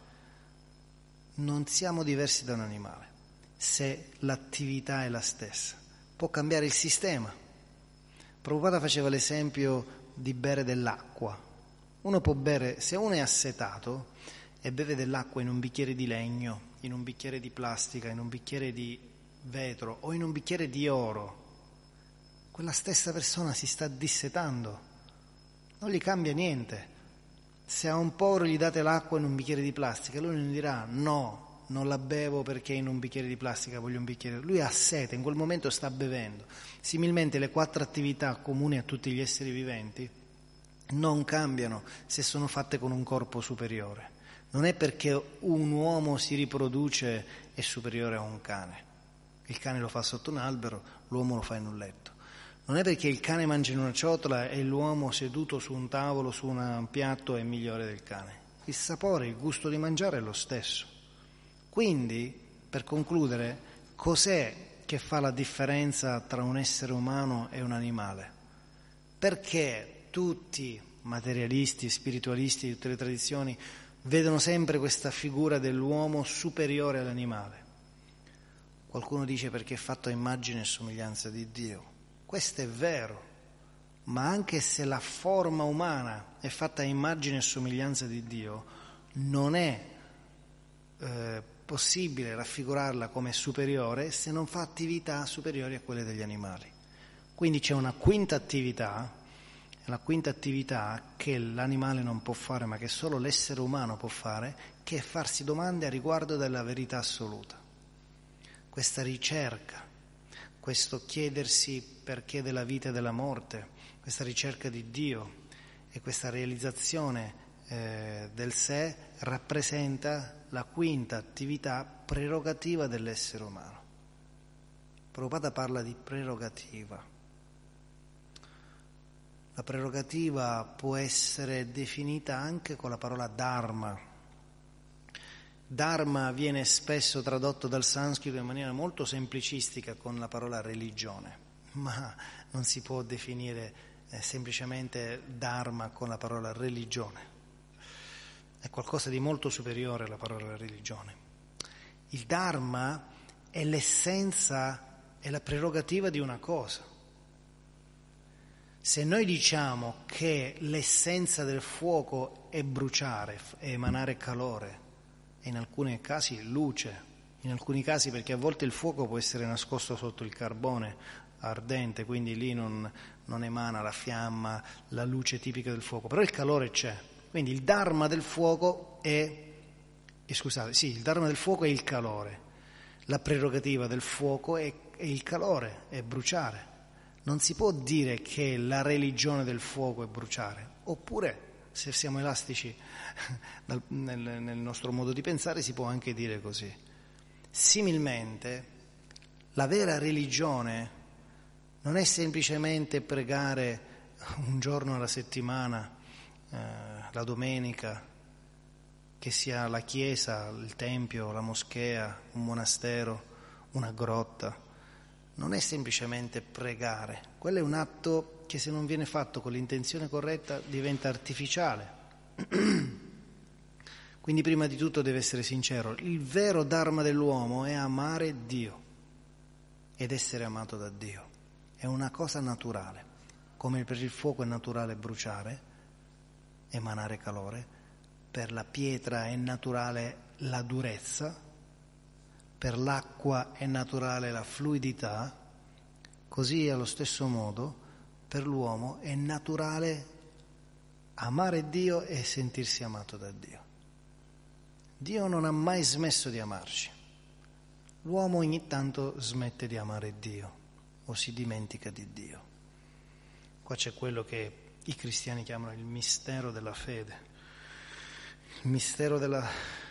non siamo diversi da un animale. Se l'attività è la stessa, può cambiare il sistema. Prabhupada faceva l'esempio di bere dell'acqua. Uno può bere, se uno è assetato e beve dell'acqua in un bicchiere di legno, in un bicchiere di plastica, in un bicchiere di vetro o in un bicchiere di oro, quella stessa persona si sta dissetando, non gli cambia niente. Se a un povero gli date l'acqua in un bicchiere di plastica, lui non dirà no, non la bevo perché in un bicchiere di plastica voglio un bicchiere. Lui ha sete, in quel momento sta bevendo. Similmente le 4 attività comuni a tutti gli esseri viventi non cambiano se sono fatte con un corpo superiore. Non è perché un uomo si riproduce è superiore a un cane. Il cane lo fa sotto un albero, l'uomo lo fa in un letto. Non è perché il cane mangia in una ciotola e l'uomo seduto su un tavolo, su un piatto è migliore del cane. Il sapore, il gusto di mangiare è lo stesso. Quindi, per concludere, cos'è che fa la differenza tra un essere umano e un animale? Perché tutti, materialisti, spiritualisti di tutte le tradizioni, vedono sempre questa figura dell'uomo superiore all'animale? Qualcuno dice perché è fatto a immagine e somiglianza di Dio. Questo è vero, ma anche se la forma umana è fatta a immagine e somiglianza di Dio, non è possibile raffigurarla come superiore se non fa attività superiori a quelle degli animali. Quindi c'è una quinta attività, la quinta attività che l'animale non può fare ma che solo l'essere umano può fare, che è farsi domande a riguardo della verità assoluta. Questa ricerca, questo chiedersi perché della vita e della morte, questa ricerca di Dio e questa realizzazione del sé rappresenta la quinta attività prerogativa dell'essere umano. Prabhupada parla di prerogativa. La prerogativa può essere definita anche con la parola dharma. Dharma viene spesso tradotto dal sanscrito in maniera molto semplicistica con la parola religione, ma non si può definire semplicemente dharma con la parola religione. È qualcosa di molto superiore alla parola religione. Il dharma è l'essenza, è la prerogativa di una cosa. Se noi diciamo che l'essenza del fuoco è bruciare, è emanare calore, e in alcuni casi luce, in alcuni casi perché a volte il fuoco può essere nascosto sotto il carbone ardente, quindi lì non emana la fiamma, la luce tipica del fuoco, però il calore c'è. Quindi il dharma del fuoco il dharma del fuoco è il calore. La prerogativa del fuoco è il calore, è bruciare. Non si può dire che la religione del fuoco è bruciare, oppure, se siamo elastici nel nostro modo di pensare, si può anche dire così. Similmente, la vera religione non è semplicemente pregare un giorno alla settimana, la domenica, che sia la chiesa, il tempio, la moschea, un monastero, una grotta. Non è semplicemente pregare, quello è un atto che se non viene fatto con l'intenzione corretta diventa artificiale. Quindi prima di tutto deve essere sincero. Il vero dharma dell'uomo è amare Dio ed essere amato da Dio. È una cosa naturale, come per il fuoco è naturale bruciare, emanare calore, per la pietra è naturale la durezza, per l'acqua è naturale la fluidità, così allo stesso modo per l'uomo è naturale amare Dio e sentirsi amato da Dio. Dio non ha mai smesso di amarci. L'uomo ogni tanto smette di amare Dio o si dimentica di Dio. Qua c'è quello che i cristiani chiamano il mistero della fede. Il mistero della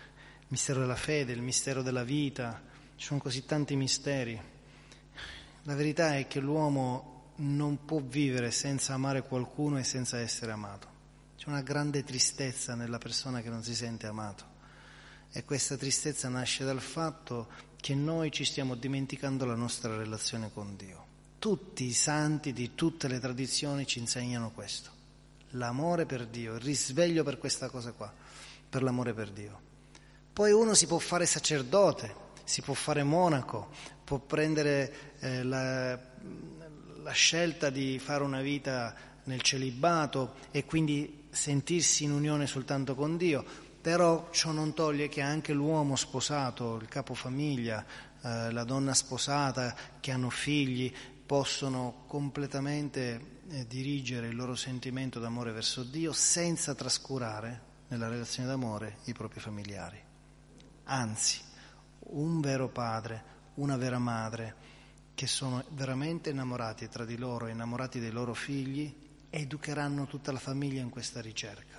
fede, il mistero della vita, ci sono così tanti misteri. La verità è che l'uomo non può vivere senza amare qualcuno e senza essere amato. C'è una grande tristezza nella persona che non si sente amato e questa tristezza nasce dal fatto che noi ci stiamo dimenticando la nostra relazione con Dio. Tutti i santi di tutte le tradizioni ci insegnano questo, l'amore per Dio, il risveglio per questa cosa qua, per l'amore per Dio. Poi uno si può fare sacerdote, si può fare monaco, può prendere la scelta di fare una vita nel celibato e quindi sentirsi in unione soltanto con Dio, però ciò non toglie che anche l'uomo sposato, il capofamiglia, la donna sposata che hanno figli possono completamente dirigere il loro sentimento d'amore verso Dio senza trascurare nella relazione d'amore i propri familiari. Anzi, un vero padre, una vera madre che sono veramente innamorati tra di loro, innamorati dei loro figli, educheranno tutta la famiglia in questa ricerca.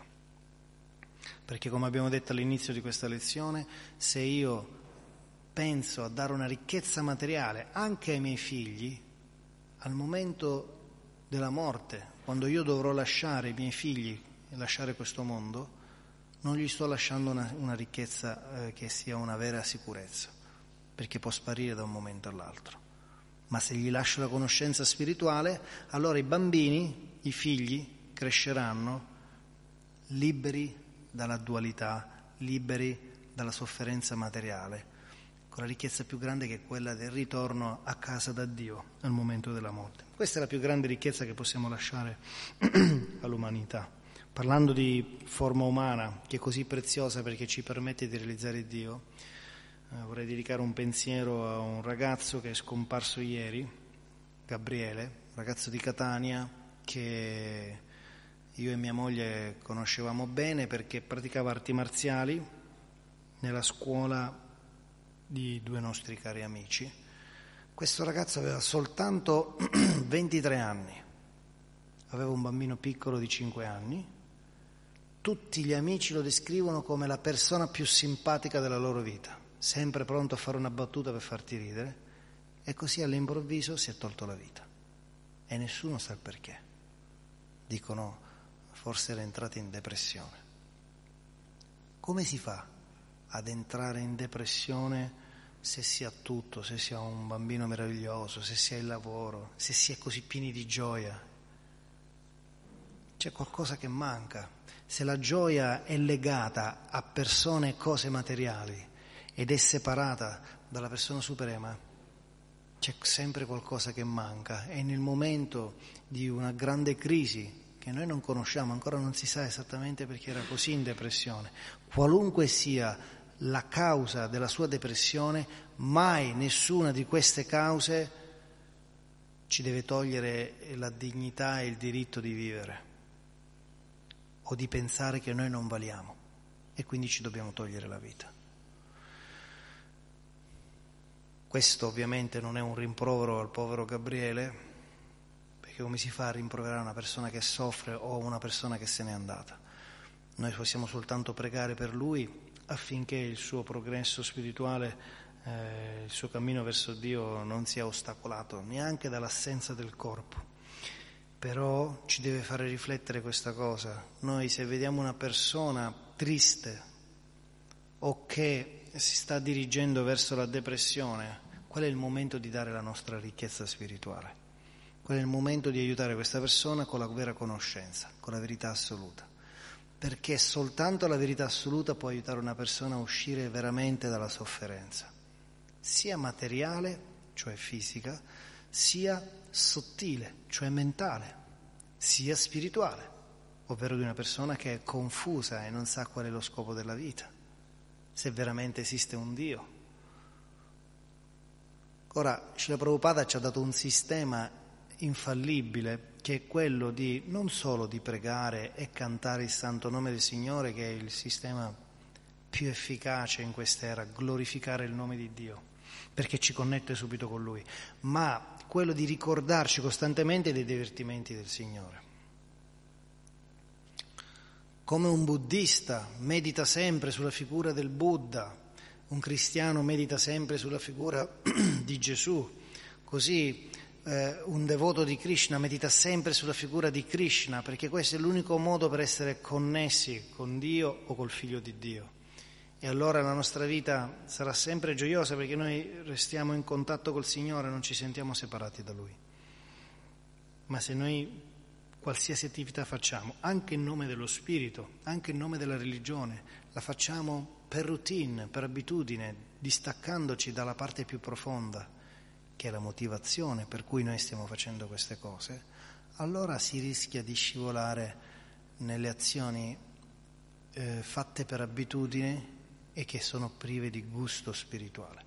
Perché come abbiamo detto all'inizio di questa lezione, se io penso a dare una ricchezza materiale anche ai miei figli, al momento della morte, quando io dovrò lasciare i miei figli e lasciare questo mondo, non gli sto lasciando una ricchezza che sia una vera sicurezza, perché può sparire da un momento all'altro. Ma se gli lascio la conoscenza spirituale, allora i bambini, i figli, cresceranno liberi dalla dualità, liberi dalla sofferenza materiale, con la ricchezza più grande che è quella del ritorno a casa da Dio al momento della morte. Questa è la più grande ricchezza che possiamo lasciare all'umanità. Parlando di forma umana, che è così preziosa perché ci permette di realizzare Dio, vorrei dedicare un pensiero a un ragazzo che è scomparso ieri, Gabriele, un ragazzo di Catania che io e mia moglie conoscevamo bene perché praticava arti marziali nella scuola di due nostri cari amici. Questo ragazzo aveva soltanto 23 anni, aveva un bambino piccolo di 5 anni, tutti gli amici lo descrivono come la persona più simpatica della loro vita, sempre pronto a fare una battuta per farti ridere, e così all'improvviso si è tolto la vita e nessuno sa il perché. Dicono forse era entrato in depressione. Come si fa ad entrare in depressione se si ha tutto, se si ha un bambino meraviglioso, se si ha il lavoro, se si è così pieni di gioia? C'è qualcosa che manca. Se la gioia è legata a persone e cose materiali ed è separata dalla persona suprema, c'è sempre qualcosa che manca. E nel momento di una grande crisi che noi non conosciamo, ancora non si sa esattamente perché era così in depressione, qualunque sia la causa della sua depressione, mai nessuna di queste cause ci deve togliere la dignità e il diritto di vivere o di pensare che noi non valiamo e quindi ci dobbiamo togliere la vita. Questo ovviamente non è un rimprovero al povero Gabriele, perché come si fa a rimproverare una persona che soffre o una persona che se n'è andata? Noi possiamo soltanto pregare per lui affinché il suo progresso spirituale, il suo cammino verso Dio non sia ostacolato neanche dall'assenza del corpo. Però ci deve fare riflettere questa cosa. Noi se vediamo una persona triste o che si sta dirigendo verso la depressione, qual è il momento di dare la nostra ricchezza spirituale? Qual è il momento di aiutare questa persona con la vera conoscenza, con la verità assoluta? Perché soltanto la verità assoluta può aiutare una persona a uscire veramente dalla sofferenza, sia materiale, cioè fisica, sia sottile, cioè mentale, sia spirituale, ovvero di una persona che è confusa e non sa qual è lo scopo della vita, se veramente esiste un Dio. Ora, Srila Prabhupada ci ha dato un sistema infallibile che è quello di non solo di pregare e cantare il santo nome del Signore, che è il sistema più efficace in quest'era, glorificare il nome di Dio, perché ci connette subito con Lui, ma quello di ricordarci costantemente dei divertimenti del Signore. Come un buddista medita sempre sulla figura del Buddha, un cristiano medita sempre sulla figura di Gesù, così un devoto di Krishna medita sempre sulla figura di Krishna, perché questo è l'unico modo per essere connessi con Dio o col Figlio di Dio. E allora la nostra vita sarà sempre gioiosa perché noi restiamo in contatto col Signore, non ci sentiamo separati da Lui. Ma se noi qualsiasi attività facciamo, anche in nome dello spirito, anche in nome della religione, la facciamo per routine, per abitudine, distaccandoci dalla parte più profonda, che è la motivazione per cui noi stiamo facendo queste cose, allora si rischia di scivolare nelle azioni fatte per abitudine e che sono prive di gusto spirituale.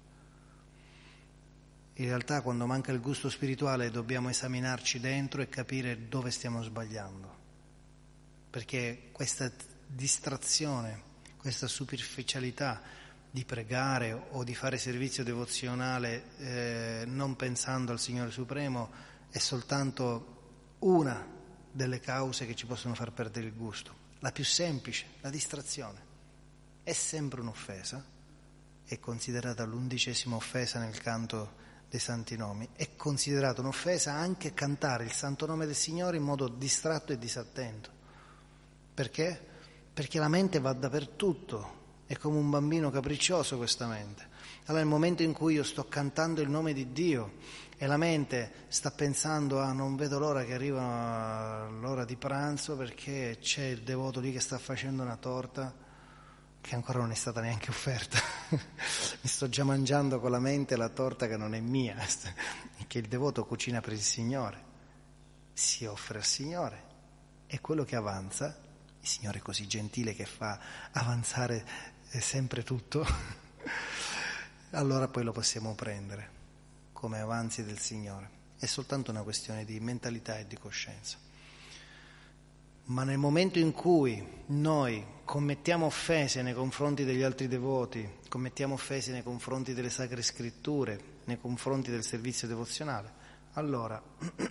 In realtà quando manca il gusto spirituale dobbiamo esaminarci dentro e capire dove stiamo sbagliando, perché questa distrazione, questa superficialità di pregare o di fare servizio devozionale non pensando al Signore Supremo è soltanto una delle cause che ci possono far perdere il gusto. La più semplice, la distrazione, è sempre un'offesa, è considerata l'11ª offesa nel canto dei santi nomi, è considerata un'offesa anche cantare il santo nome del Signore in modo distratto e disattento. Perché? Perché la mente va dappertutto, è come un bambino capriccioso questa mente. Allora nel momento in cui io sto cantando il nome di Dio e la mente sta pensando non vedo l'ora che arriva l'ora di pranzo perché c'è il devoto lì che sta facendo una torta che ancora non è stata neanche offerta, mi sto già mangiando con la mente la torta che non è mia, che il devoto cucina per il Signore, si offre al Signore e quello che avanza, il Signore è così gentile che fa avanzare sempre tutto, allora poi lo possiamo prendere come avanzi del Signore. È soltanto una questione di mentalità e di coscienza. Ma nel momento in cui noi commettiamo offese nei confronti degli altri devoti, commettiamo offese nei confronti delle sacre scritture, nei confronti del servizio devozionale, allora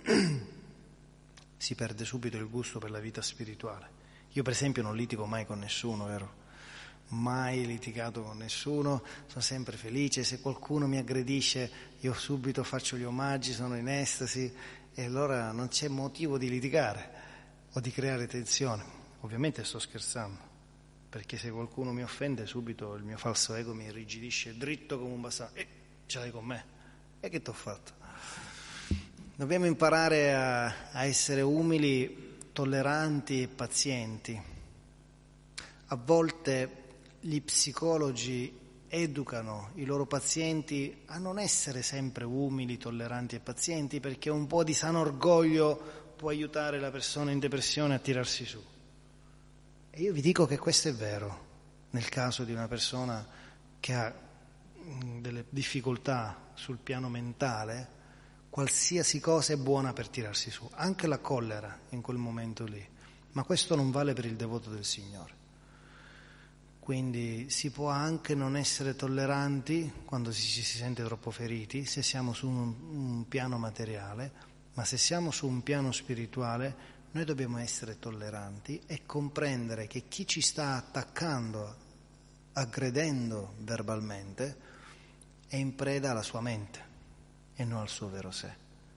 si perde subito il gusto per la vita spirituale. Io per esempio non litigo mai con nessuno, vero? Mai litigato con nessuno, sono sempre felice, se qualcuno mi aggredisce io subito faccio gli omaggi, sono in estasi e allora non c'è motivo di litigare o di creare tensione. Ovviamente sto scherzando, perché se qualcuno mi offende subito il mio falso ego mi irrigidisce dritto come un bastone. Ce l'hai con me? E che t'ho fatto? Dobbiamo imparare a essere umili tolleranti e pazienti. A volte gli psicologi educano i loro pazienti a non essere sempre umili, tolleranti e pazienti, perché un po' di sano orgoglio può aiutare la persona in depressione a tirarsi su. E io vi dico che questo è vero nel caso di una persona che ha delle difficoltà sul piano mentale. Qualsiasi cosa è buona per tirarsi su, anche la collera in quel momento lì, ma questo non vale per il devoto del Signore. Quindi si può anche non essere tolleranti quando si sente troppo feriti, se siamo su un piano materiale, ma se siamo su un piano spirituale noi dobbiamo essere tolleranti e comprendere che chi ci sta attaccando, aggredendo verbalmente, è in preda alla sua mente e non al suo vero sé.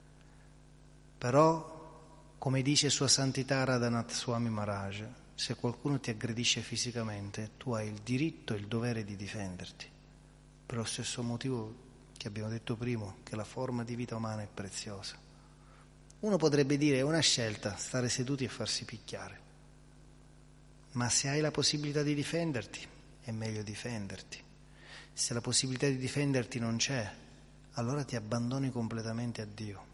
Però, come dice Sua Santità Radhanath Swami Maharaj, se qualcuno ti aggredisce fisicamente, tu hai il diritto e il dovere di difenderti, per lo stesso motivo che abbiamo detto prima, che la forma di vita umana è preziosa. Uno potrebbe dire: è una scelta stare seduti e farsi picchiare, ma se hai la possibilità di difenderti, è meglio difenderti. Se la possibilità di difenderti non c'è, allora ti abbandoni completamente a Dio.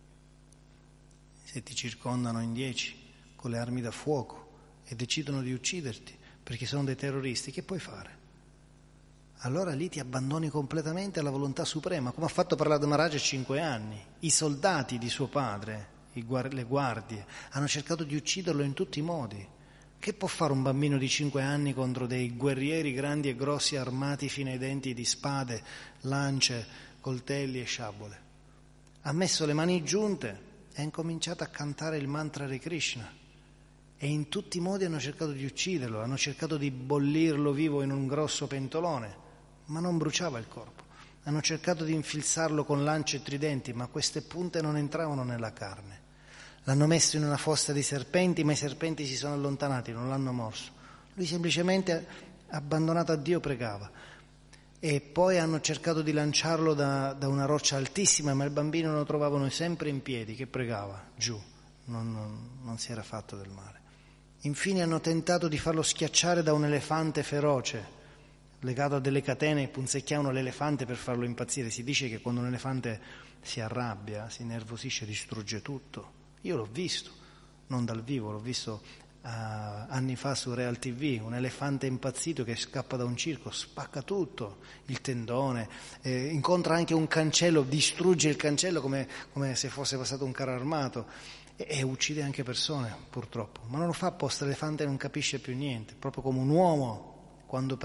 Se ti circondano in 10 con le armi da fuoco e decidono di ucciderti perché sono dei terroristi, che puoi fare? Allora lì ti abbandoni completamente alla volontà suprema, come ha fatto Prahlad Maharaj a 5 anni. I soldati di suo padre, le guardie, hanno cercato di ucciderlo in tutti i modi. Che può fare un bambino di 5 anni contro dei guerrieri grandi e grossi armati fino ai denti di spade, lance, coltelli e sciabole? Ha messo le mani giunte e ha incominciato a cantare il mantra Hare Krishna. E in tutti i modi hanno cercato di ucciderlo, hanno cercato di bollirlo vivo in un grosso pentolone, ma non bruciava il corpo. Hanno cercato di infilzarlo con lance e tridenti, ma queste punte non entravano nella carne. L'hanno messo in una fossa di serpenti, ma i serpenti si sono allontanati, non l'hanno morso. Lui semplicemente, abbandonato a Dio, pregava. E poi hanno cercato di lanciarlo da una roccia altissima, ma il bambino lo trovavano sempre in piedi, che pregava, giù, non si era fatto del male. Infine hanno tentato di farlo schiacciare da un elefante feroce, legato a delle catene, e punzecchiavano l'elefante per farlo impazzire. Si dice che quando un elefante si arrabbia, si innervosisce, distrugge tutto. Io l'ho visto, non dal vivo, l'ho visto anni fa su Real TV, un elefante impazzito che scappa da un circo, spacca tutto, il tendone, incontra anche un cancello, distrugge il cancello come se fosse passato un carro armato. E uccide anche persone, purtroppo, ma non lo fa apposta. L'elefante non capisce più niente, proprio come un uomo quando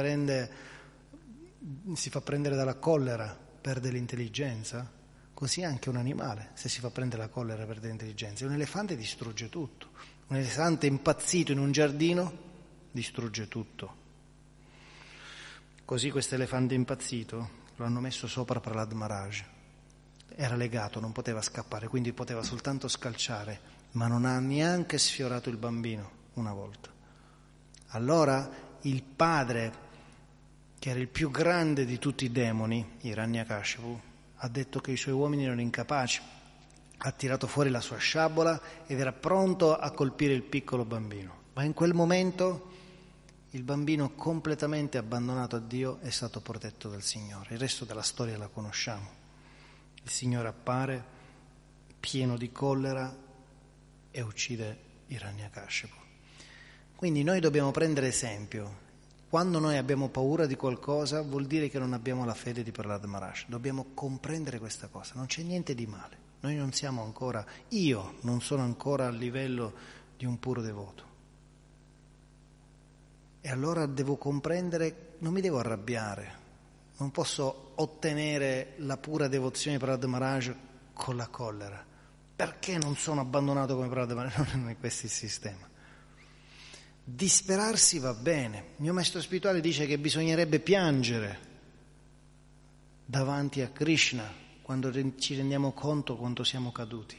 si fa prendere dalla collera perde l'intelligenza, così anche un animale, se si fa prendere la collera perde l'intelligenza. Un elefante distrugge tutto, un elefante impazzito in un giardino distrugge tutto. Così questo elefante impazzito lo hanno messo sopra Prahlad Maharaj. Era legato, non poteva scappare, quindi poteva soltanto scalciare, ma non ha neanche sfiorato il bambino una volta. Allora il padre, che era il più grande di tutti i demoni, Hiranyakashipu, ha detto che i suoi uomini erano incapaci, ha tirato fuori la sua sciabola ed era pronto a colpire il piccolo bambino. Ma in quel momento il bambino, completamente abbandonato a Dio, è stato protetto dal Signore. Il resto della storia la conosciamo. Il Signore appare pieno di collera e uccide Hiranyakashipu. Quindi noi dobbiamo prendere esempio. Quando noi abbiamo paura di qualcosa vuol dire che non abbiamo la fede di Prahlad Maharaj. Dobbiamo comprendere questa cosa, non c'è niente di male. Noi non siamo ancora, io non sono ancora a livello di un puro devoto. E allora devo comprendere, non mi devo arrabbiare. Non posso ottenere la pura devozione di Prahlad Maharaj con la collera. Perché non sono abbandonato come Prahlad Maharaj? Non è questo il sistema. Disperarsi va bene. Il mio maestro spirituale dice che bisognerebbe piangere davanti a Krishna quando ci rendiamo conto quanto siamo caduti.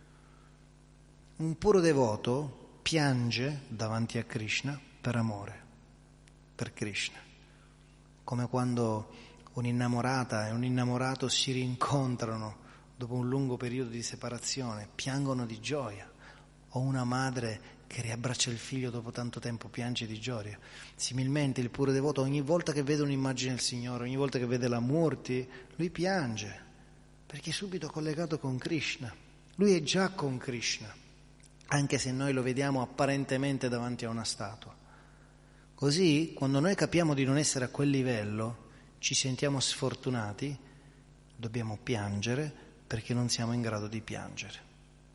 Un puro devoto piange davanti a Krishna per amore, per Krishna. Come quando un'innamorata e un innamorato si rincontrano dopo un lungo periodo di separazione, piangono di gioia. o una madre che riabbraccia il figlio dopo tanto tempo piange di gioia. Similmente il puro devoto ogni volta che vede un'immagine del Signore, ogni volta che vede la Murti, lui piange, perché è subito collegato con Krishna. Lui è già con Krishna, anche se noi lo vediamo apparentemente davanti a una statua. Così, quando noi capiamo di non essere a quel livello, ci sentiamo sfortunati, dobbiamo piangere perché non siamo in grado di piangere.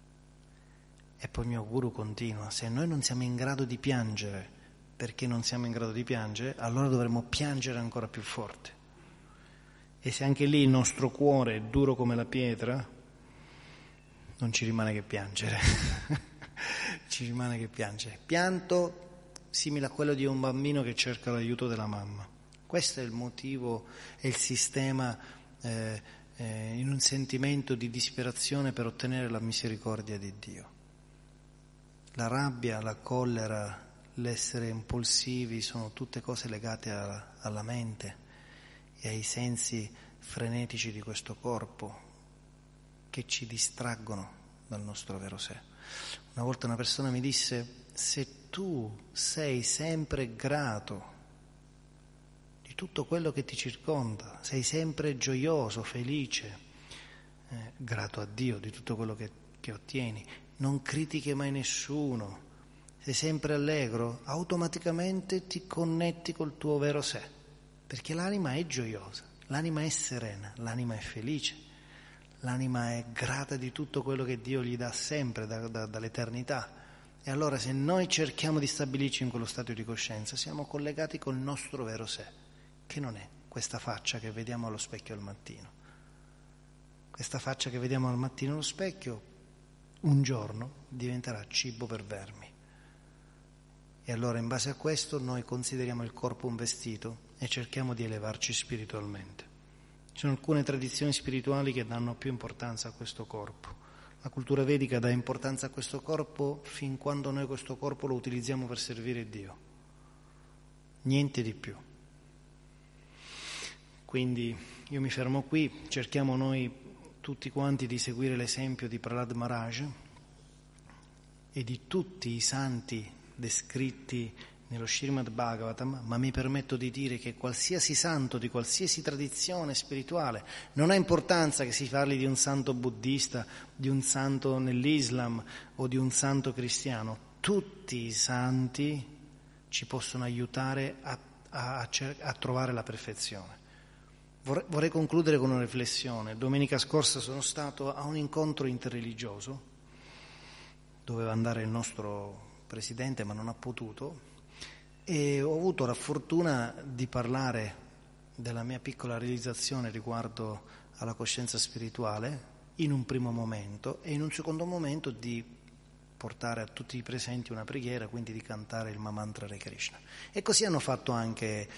E poi il mio guru continua: se noi non siamo in grado di piangere perché non siamo in grado di piangere, allora dovremmo piangere ancora più forte. E se anche lì il nostro cuore è duro come la pietra, non ci rimane che piangere. Ci rimane che piangere. Pianto simile a quello di un bambino che cerca l'aiuto della mamma. Questo è il motivo e il sistema in un sentimento di disperazione per ottenere la misericordia di Dio. La rabbia, la collera, l'essere impulsivi sono tutte cose legate alla mente e ai sensi frenetici di questo corpo che ci distraggono dal nostro vero sé. Una volta una persona mi disse: se tu sei sempre grato di tutto quello che ti circonda, sei sempre gioioso, felice, grato a Dio di tutto quello che ottieni, non critichi mai nessuno, sei sempre allegro, automaticamente ti connetti col tuo vero sé, perché l'anima è gioiosa, l'anima è serena, l'anima è felice, l'anima è grata di tutto quello che Dio gli dà sempre dall'eternità. E allora se noi cerchiamo di stabilirci in quello stato di coscienza, siamo collegati col nostro vero sé, che non è questa faccia che vediamo allo specchio al mattino. Questa faccia che vediamo al mattino allo specchio un giorno diventerà cibo per vermi. E allora in base a questo noi consideriamo il corpo un vestito e cerchiamo di elevarci spiritualmente. Ci sono alcune tradizioni spirituali che danno più importanza a questo corpo. La cultura vedica dà importanza a questo corpo fin quando noi questo corpo lo utilizziamo per servire Dio. Niente di più. Quindi io mi fermo qui, cerchiamo noi tutti quanti di seguire l'esempio di Prahlad Maharaj e di tutti i santi descritti nello Srimad Bhagavatam, ma mi permetto di dire che qualsiasi santo di qualsiasi tradizione spirituale, non ha importanza che si parli di un santo buddista, di un santo nell'Islam o di un santo cristiano, tutti i santi ci possono aiutare a trovare la perfezione. Vorrei concludere con una riflessione. Domenica scorsa sono stato a un incontro interreligioso, doveva andare il nostro presidente ma non ha potuto, e ho avuto la fortuna di parlare della mia piccola realizzazione riguardo alla coscienza spirituale in un primo momento e in un secondo momento di portare a tutti i presenti una preghiera, quindi di cantare il Mahamantra Hare Krishna. E così hanno fatto anche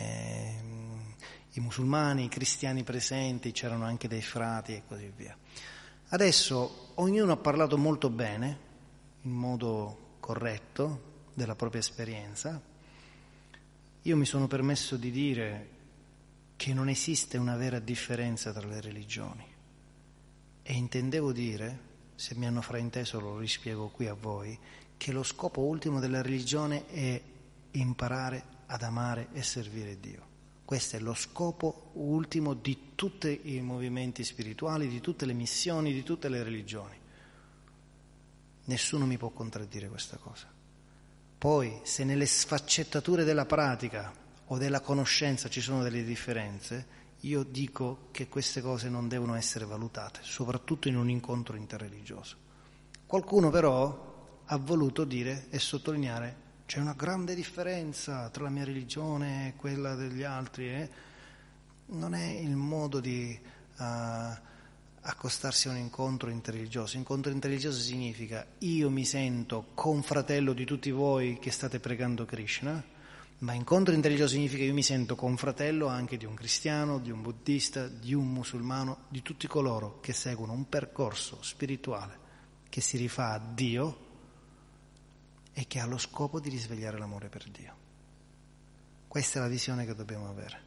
i musulmani, i cristiani presenti, c'erano anche dei frati e così via. Adesso ognuno ha parlato molto bene, in modo corretto, della propria esperienza. Io mi sono permesso di dire che non esiste una vera differenza tra le religioni e intendevo dire, se mi hanno frainteso lo rispiego qui a voi, che lo scopo ultimo della religione è imparare ad amare e servire Dio. Questo è lo scopo ultimo di tutti i movimenti spirituali, di tutte le missioni, di tutte le religioni. Nessuno mi può contraddire questa cosa. Poi, se nelle sfaccettature della pratica o della conoscenza ci sono delle differenze, io dico che queste cose non devono essere valutate, soprattutto in un incontro interreligioso. Qualcuno però ha voluto dire e sottolineare: c'è una grande differenza tra la mia religione e quella degli altri. Non è il modo di accostarsi a un incontro interreligioso. Incontro interreligioso significa: io mi sento confratello di tutti voi che state pregando Krishna, ma incontro interreligioso significa io mi sento confratello anche di un cristiano, di un buddista, di un musulmano, di tutti coloro che seguono un percorso spirituale che si rifà a Dio e che ha lo scopo di risvegliare l'amore per Dio. Questa è la visione che dobbiamo avere.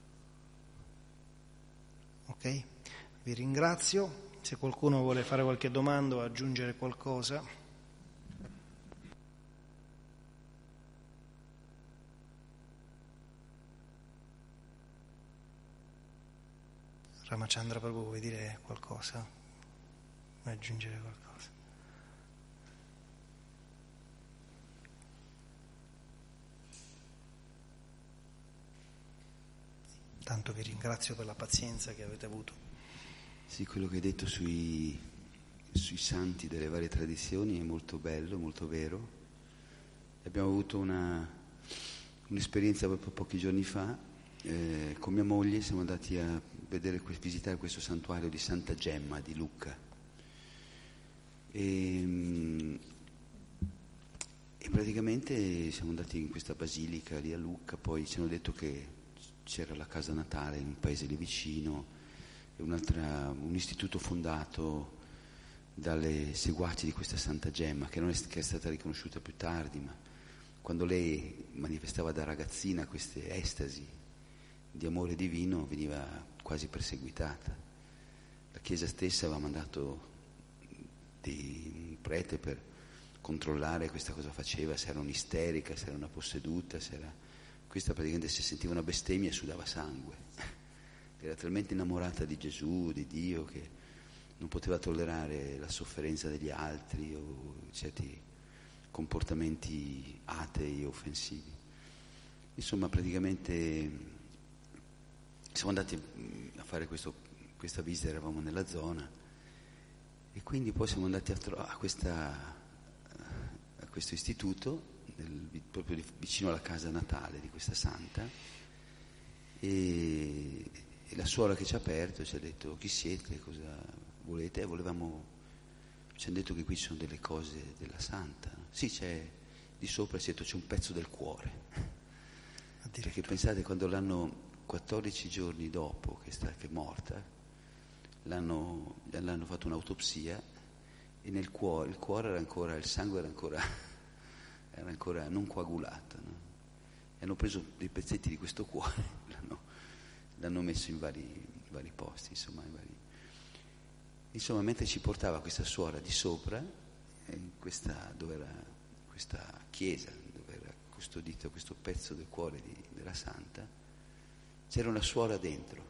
Ok? Vi ringrazio. Se qualcuno vuole fare qualche domanda o aggiungere qualcosa. Ramachandra Prabhu, vuoi dire qualcosa? Vuoi aggiungere qualcosa? Tanto vi ringrazio per la pazienza che avete avuto. Sì, quello che hai detto sui santi delle varie tradizioni è molto bello, molto vero. Abbiamo avuto un'esperienza proprio pochi giorni fa, con mia moglie siamo andati a visitare questo santuario di Santa Gemma di Lucca e praticamente siamo andati in questa basilica lì a Lucca, poi ci hanno detto che c'era la casa natale in un paese lì vicino e un istituto fondato dalle seguaci di questa Santa Gemma che è stata riconosciuta più tardi, ma quando lei manifestava da ragazzina queste estasi di amore divino veniva quasi perseguitata. La Chiesa stessa aveva mandato un prete per controllare questa cosa faceva, se era un'isterica, se era una posseduta, questa praticamente se sentiva una bestemmia sudava sangue. Era talmente innamorata di Gesù, di Dio, che non poteva tollerare la sofferenza degli altri o certi comportamenti atei e offensivi. Insomma, praticamente siamo andati a fare questa visita, eravamo nella zona e quindi poi siamo andati a questo istituto proprio vicino alla casa natale di questa santa e la suora che ci ha aperto ci ha detto: chi siete, cosa volete? Ci hanno detto che qui ci sono delle cose della santa. Sì, c'è di sopra, c'è un pezzo del cuore, perché pensate, quando l'hanno 14 giorni dopo che è morta l'hanno fatto un'autopsia e nel cuore il cuore era ancora, il sangue era ancora non coagulato, no? E hanno preso dei pezzetti di questo cuore, l'hanno messo in vari posti, insomma, mentre ci portava questa suora di sopra dove era questa chiesa dove era custodito questo pezzo del cuore della santa, c'era una suora dentro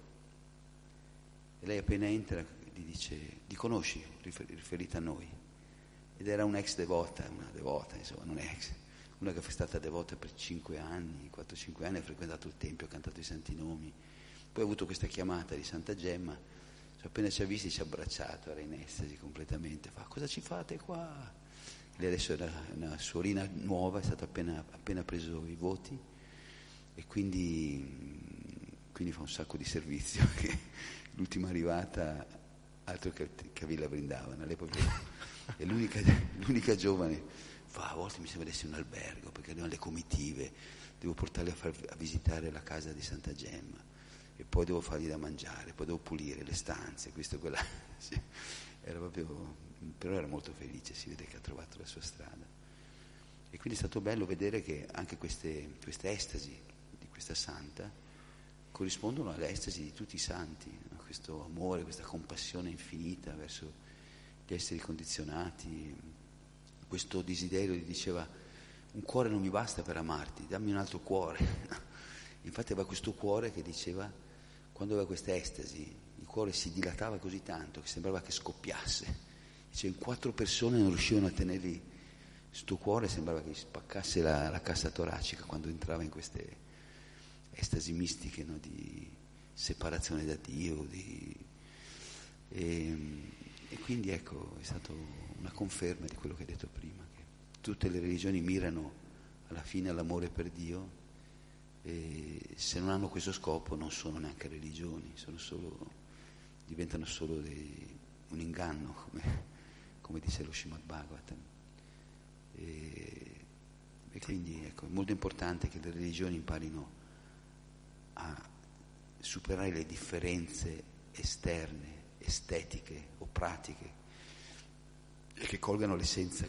e lei appena entra gli dice: li conosci? Riferita a noi. Ed era un'ex devota, una devota, insomma, non ex, una che è stata devota per 4-5 anni, ha frequentato il tempio, ha cantato i santi nomi, poi ha avuto questa chiamata di Santa Gemma, appena ci ha visti ci ha abbracciato, era in estasi completamente, fa: cosa ci fate qua? Lei adesso è una suorina nuova, è stata appena preso i voti e quindi fa un sacco di servizio, che l'ultima arrivata altro che a Villa Vrindavana, lei proprio è l'unica giovane, fa: a volte mi sembra di essere un albergo perché arrivano le comitive, devo portarli a visitare la casa di Santa Gemma e poi devo fargli da mangiare, poi devo pulire le stanze, questo e quella. Sì, era proprio, però era molto felice, si vede che ha trovato la sua strada e quindi è stato bello vedere che anche queste estasi di questa santa corrispondono alle estasi di tutti i santi, no? Questo amore, questa compassione infinita verso gli esseri condizionati, questo desiderio, gli diceva: un cuore non mi basta per amarti, dammi un altro cuore. Infatti aveva questo cuore che diceva, quando aveva questa estasi, il cuore si dilatava così tanto che sembrava che scoppiasse. Dice, in 4 persone non riuscivano a tenergli sto cuore, sembrava che spaccasse la cassa toracica quando entrava in queste estasi mistiche, no? Di separazione da Dio, e quindi ecco, è stata una conferma di quello che hai detto prima, che tutte le religioni mirano alla fine all'amore per Dio e se non hanno questo scopo non sono neanche religioni, diventano solo un inganno, come dice lo Srimad Bhagavatam. E quindi ecco, è molto importante che le religioni imparino a superare le differenze esterne, estetiche o pratiche e che colgano l'essenza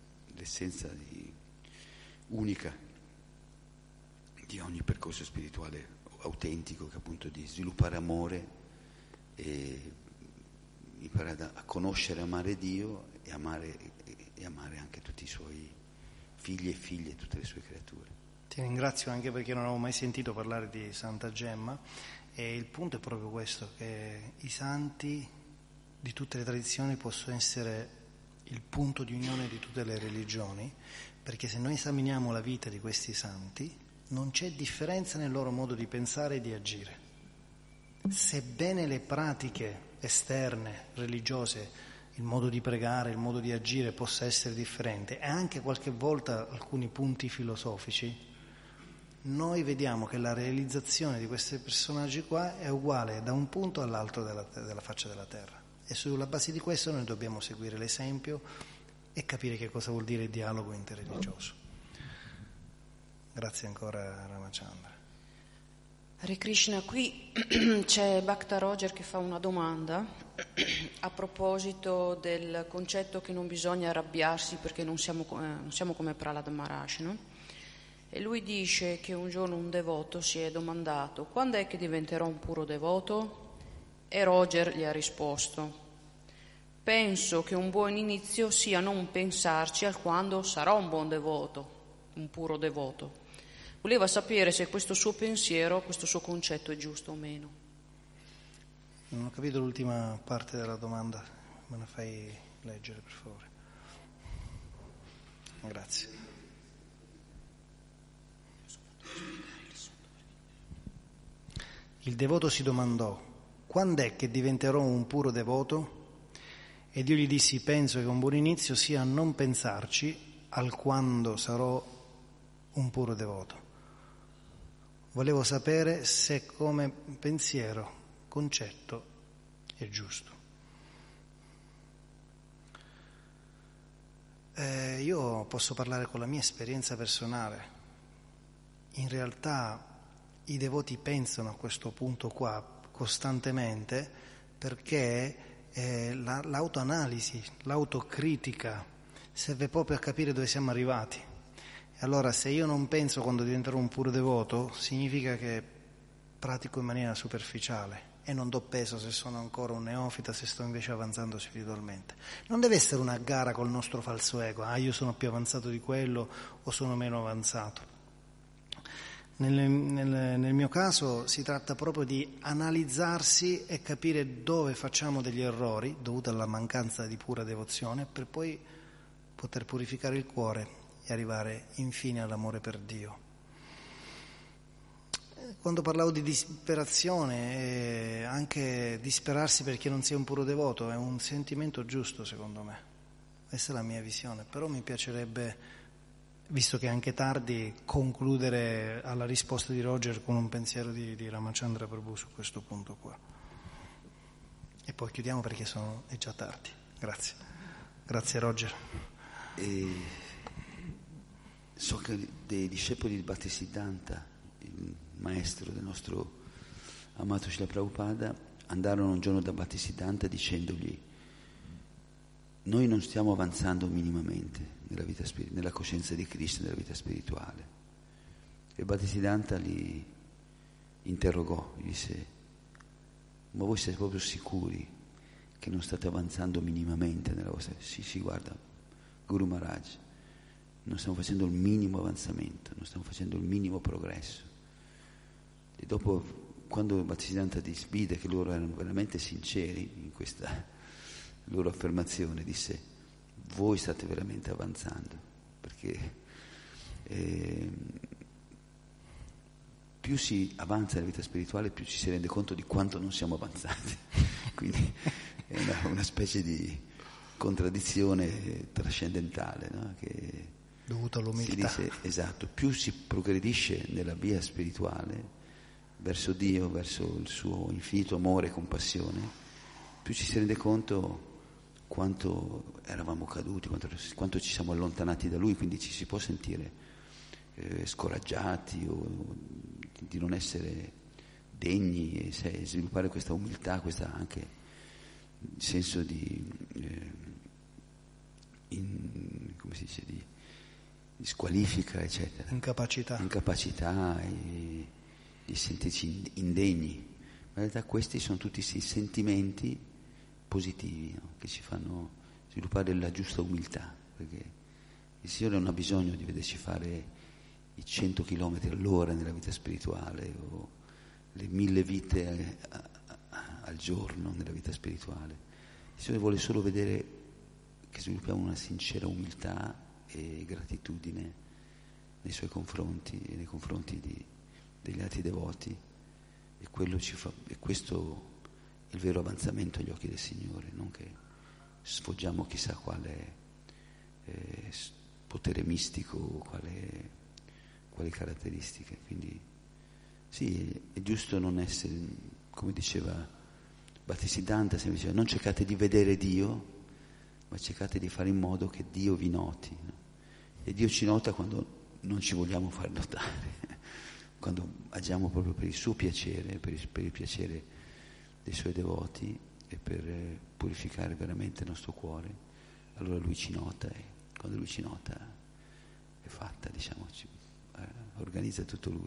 unica di ogni percorso spirituale autentico, che appunto di sviluppare amore e imparare a conoscere e amare Dio e amare anche tutti i suoi figli e figlie, tutte le sue creature. Ti ringrazio anche perché non avevo mai sentito parlare di Santa Gemma, e il punto è proprio questo, che i santi di tutte le tradizioni possono essere il punto di unione di tutte le religioni, perché se noi esaminiamo la vita di questi santi non c'è differenza nel loro modo di pensare e di agire. Sebbene le pratiche esterne, religiose, il modo di pregare, il modo di agire possa essere differente, e anche qualche volta alcuni punti filosofici, noi vediamo che la realizzazione di questi personaggi qua è uguale da un punto all'altro della faccia della terra, e sulla base di questo noi dobbiamo seguire l'esempio e capire che cosa vuol dire il dialogo interreligioso. Grazie ancora Ramachandra. Hare Krishna, qui c'è Bhakta Roger che fa una domanda a proposito del concetto che non bisogna arrabbiarsi perché non siamo come Prahlad Maharaj, no? E lui dice che un giorno un devoto si è domandato: quando è che diventerò un puro devoto? E Roger gli ha risposto: penso che un buon inizio sia non pensarci al quando sarò un buon devoto, un puro devoto. Voleva sapere se questo suo pensiero, questo suo concetto è giusto o meno. Non ho capito l'ultima parte della domanda, me la fai leggere per favore? Grazie. Il devoto si domandò: quando è che diventerò un puro devoto? Ed io gli dissi: penso che un buon inizio sia non pensarci al quando sarò un puro devoto. Volevo sapere se come pensiero, concetto è giusto. Io posso parlare con la mia esperienza personale. In realtà i devoti pensano a questo punto qua costantemente, perché l'autoanalisi, l'autocritica serve proprio a capire dove siamo arrivati. E allora se io non penso quando diventerò un puro devoto, significa che pratico in maniera superficiale e non do peso se sono ancora un neofita, se sto invece avanzando spiritualmente. Non deve essere una gara col nostro falso ego: io sono più avanzato di quello o sono meno avanzato. Nel mio caso si tratta proprio di analizzarsi e capire dove facciamo degli errori dovuti alla mancanza di pura devozione, per poi poter purificare il cuore e arrivare infine all'amore per Dio. Quando parlavo di disperazione, anche disperarsi perché non sia un puro devoto è un sentimento giusto, secondo me. Questa è la mia visione, però mi piacerebbe, visto che è anche tardi, concludere alla risposta di Roger con un pensiero di Ramachandra Prabhu su questo punto qua. E poi chiudiamo perché è già tardi. Grazie. Grazie Roger. So che dei discepoli di Bhaktisiddhanta, il maestro del nostro amato Srila Prabhupada, andarono un giorno da Bhaktisiddhanta dicendogli: noi non stiamo avanzando minimamente nella coscienza di Cristo, nella vita spirituale. E Bhaktisiddhanta li interrogò, gli disse: ma voi siete proprio sicuri che non state avanzando minimamente nella vostra... Sì, guarda, Guru Maharaj, non stiamo facendo il minimo avanzamento, non stiamo facendo il minimo progresso. E dopo, quando Bhaktisiddhanta vide che loro erano veramente sinceri in questa loro affermazione, disse: voi state veramente avanzando, perché più si avanza nella vita spirituale, più ci si rende conto di quanto non siamo avanzati. Quindi è una specie di contraddizione trascendentale, no? Che dovuto all'umiltà. Si dice, esatto, più si progredisce nella via spirituale verso Dio, verso il suo infinito amore e compassione, più ci si rende conto quanto eravamo caduti, quanto ci siamo allontanati da Lui, quindi ci si può sentire scoraggiati o di non essere degni, e sviluppare questa umiltà, questa anche senso di come si dice, di squalifica, eccetera, incapacità e di sentirci indegni. Ma in realtà questi sono tutti sentimenti positivi, no? Che ci fanno sviluppare la giusta umiltà, perché il Signore non ha bisogno di vederci fare i 100 km all'ora nella vita spirituale o le 1000 vite al giorno nella vita spirituale. Il Signore vuole solo vedere che sviluppiamo una sincera umiltà e gratitudine nei Suoi confronti e nei confronti degli altri devoti, e questo è il vero avanzamento agli occhi del Signore, non che sfoggiamo chissà quale potere mistico o quali caratteristiche. Quindi sì, è giusto non essere, come diceva Bhaktisiddhanta, sempre diceva, non cercate di vedere Dio, ma cercate di fare in modo che Dio vi noti, no? E Dio ci nota quando non ci vogliamo far notare, quando agiamo proprio per il suo piacere, per il piacere dei Suoi devoti e per purificare veramente il nostro cuore. Allora Lui ci nota, e quando Lui ci nota è fatta, diciamo, organizza tutto Lui.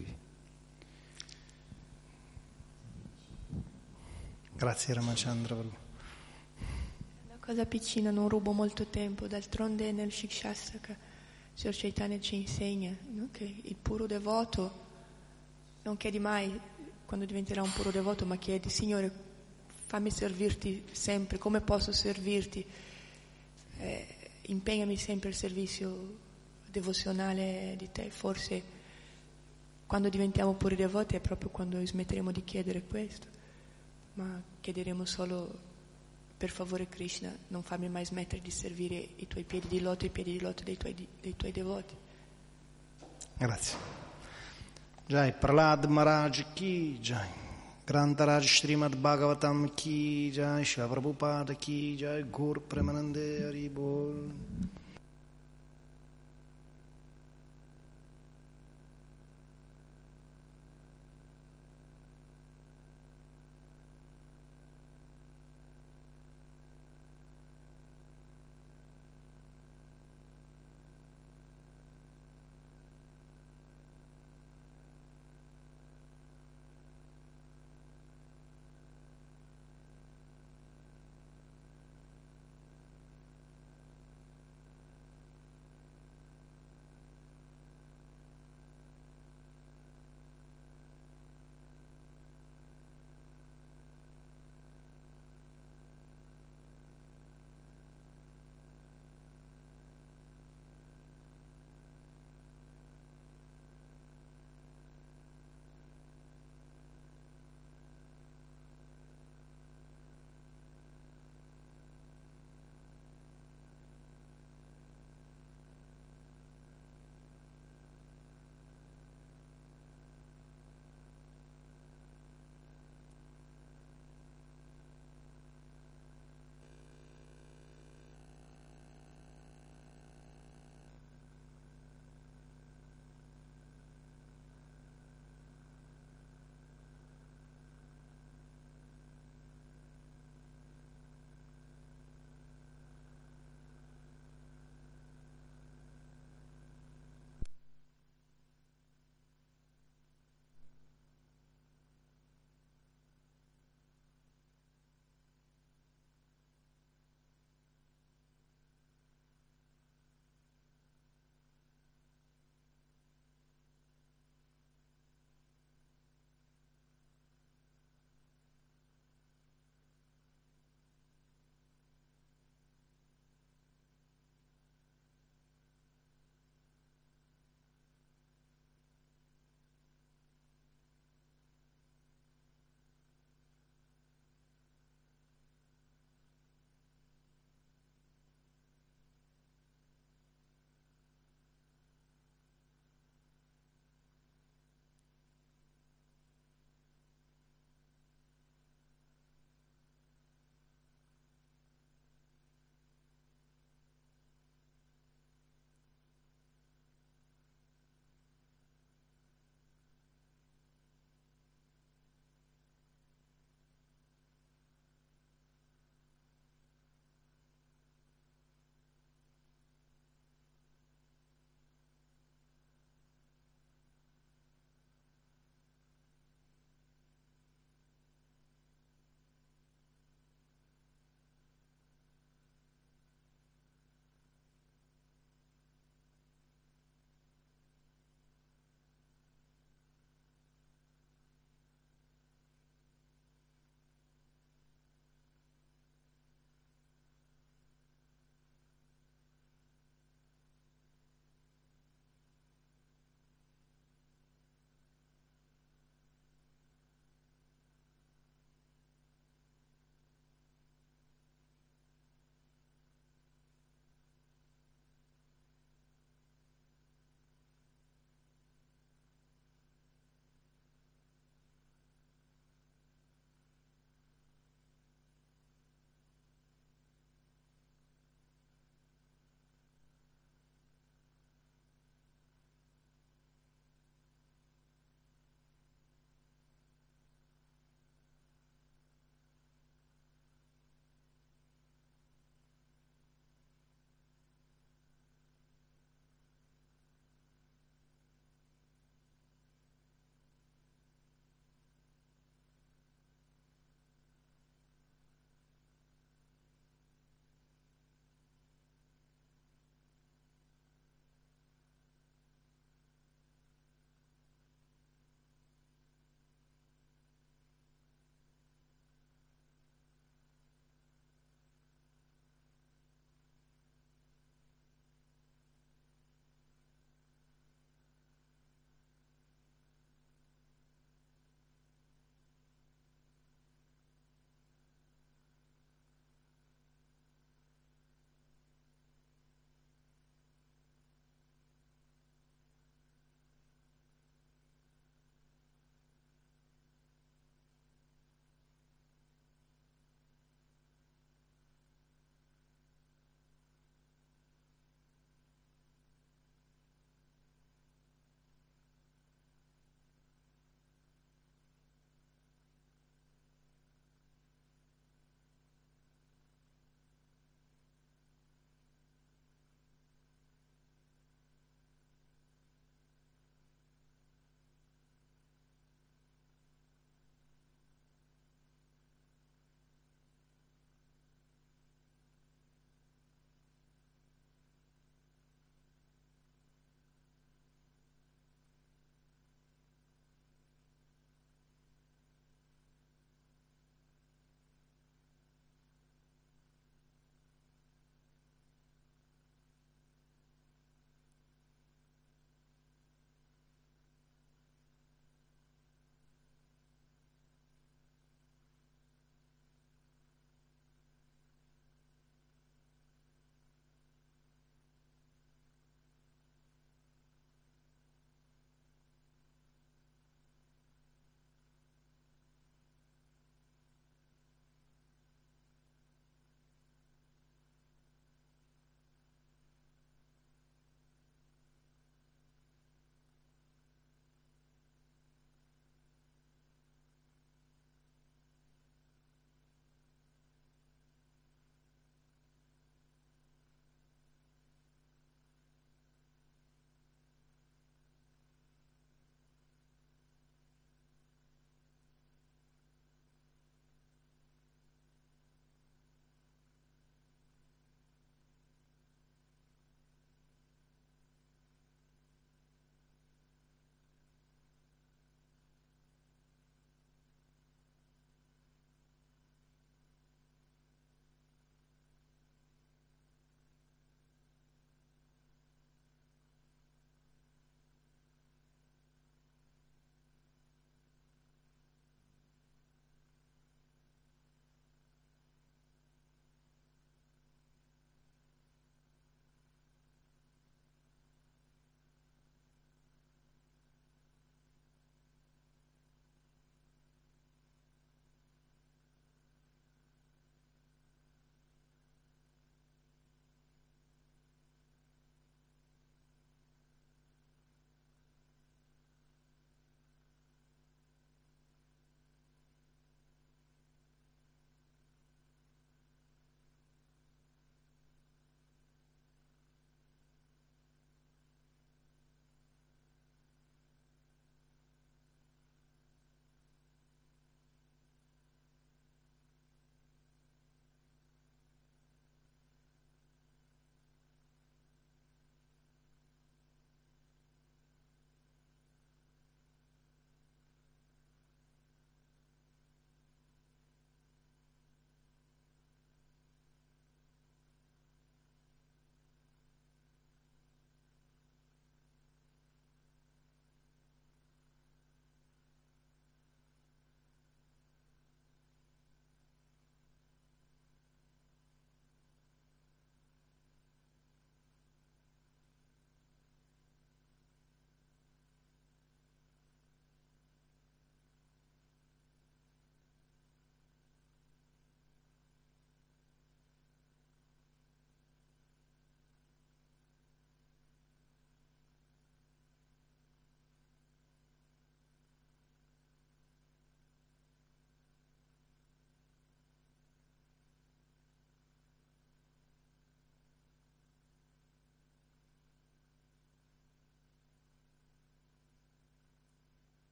Grazie Ramachandra. Una cosa piccina, non rubo molto tempo, d'altronde nel Shikshastra Sri Chaitanya ci insegna, no? Che il puro devoto non chiedi mai quando diventerà un puro devoto, ma chiedi: Signore, fammi servirti sempre, come posso servirti? Impegnami sempre al servizio devozionale di te. Forse quando diventiamo puri devoti è proprio quando smetteremo di chiedere questo, ma chiederemo solo: per favore Krishna, non fammi mai smettere di servire i tuoi piedi di loto e i piedi di loto dei tuoi devoti. Grazie. Jai Prahlad Maharaj ki jai, Grantaraj Srimad Bhagavatam ki jai, Shila Prabhupada ki jai, Gur Premanande Hari Bol.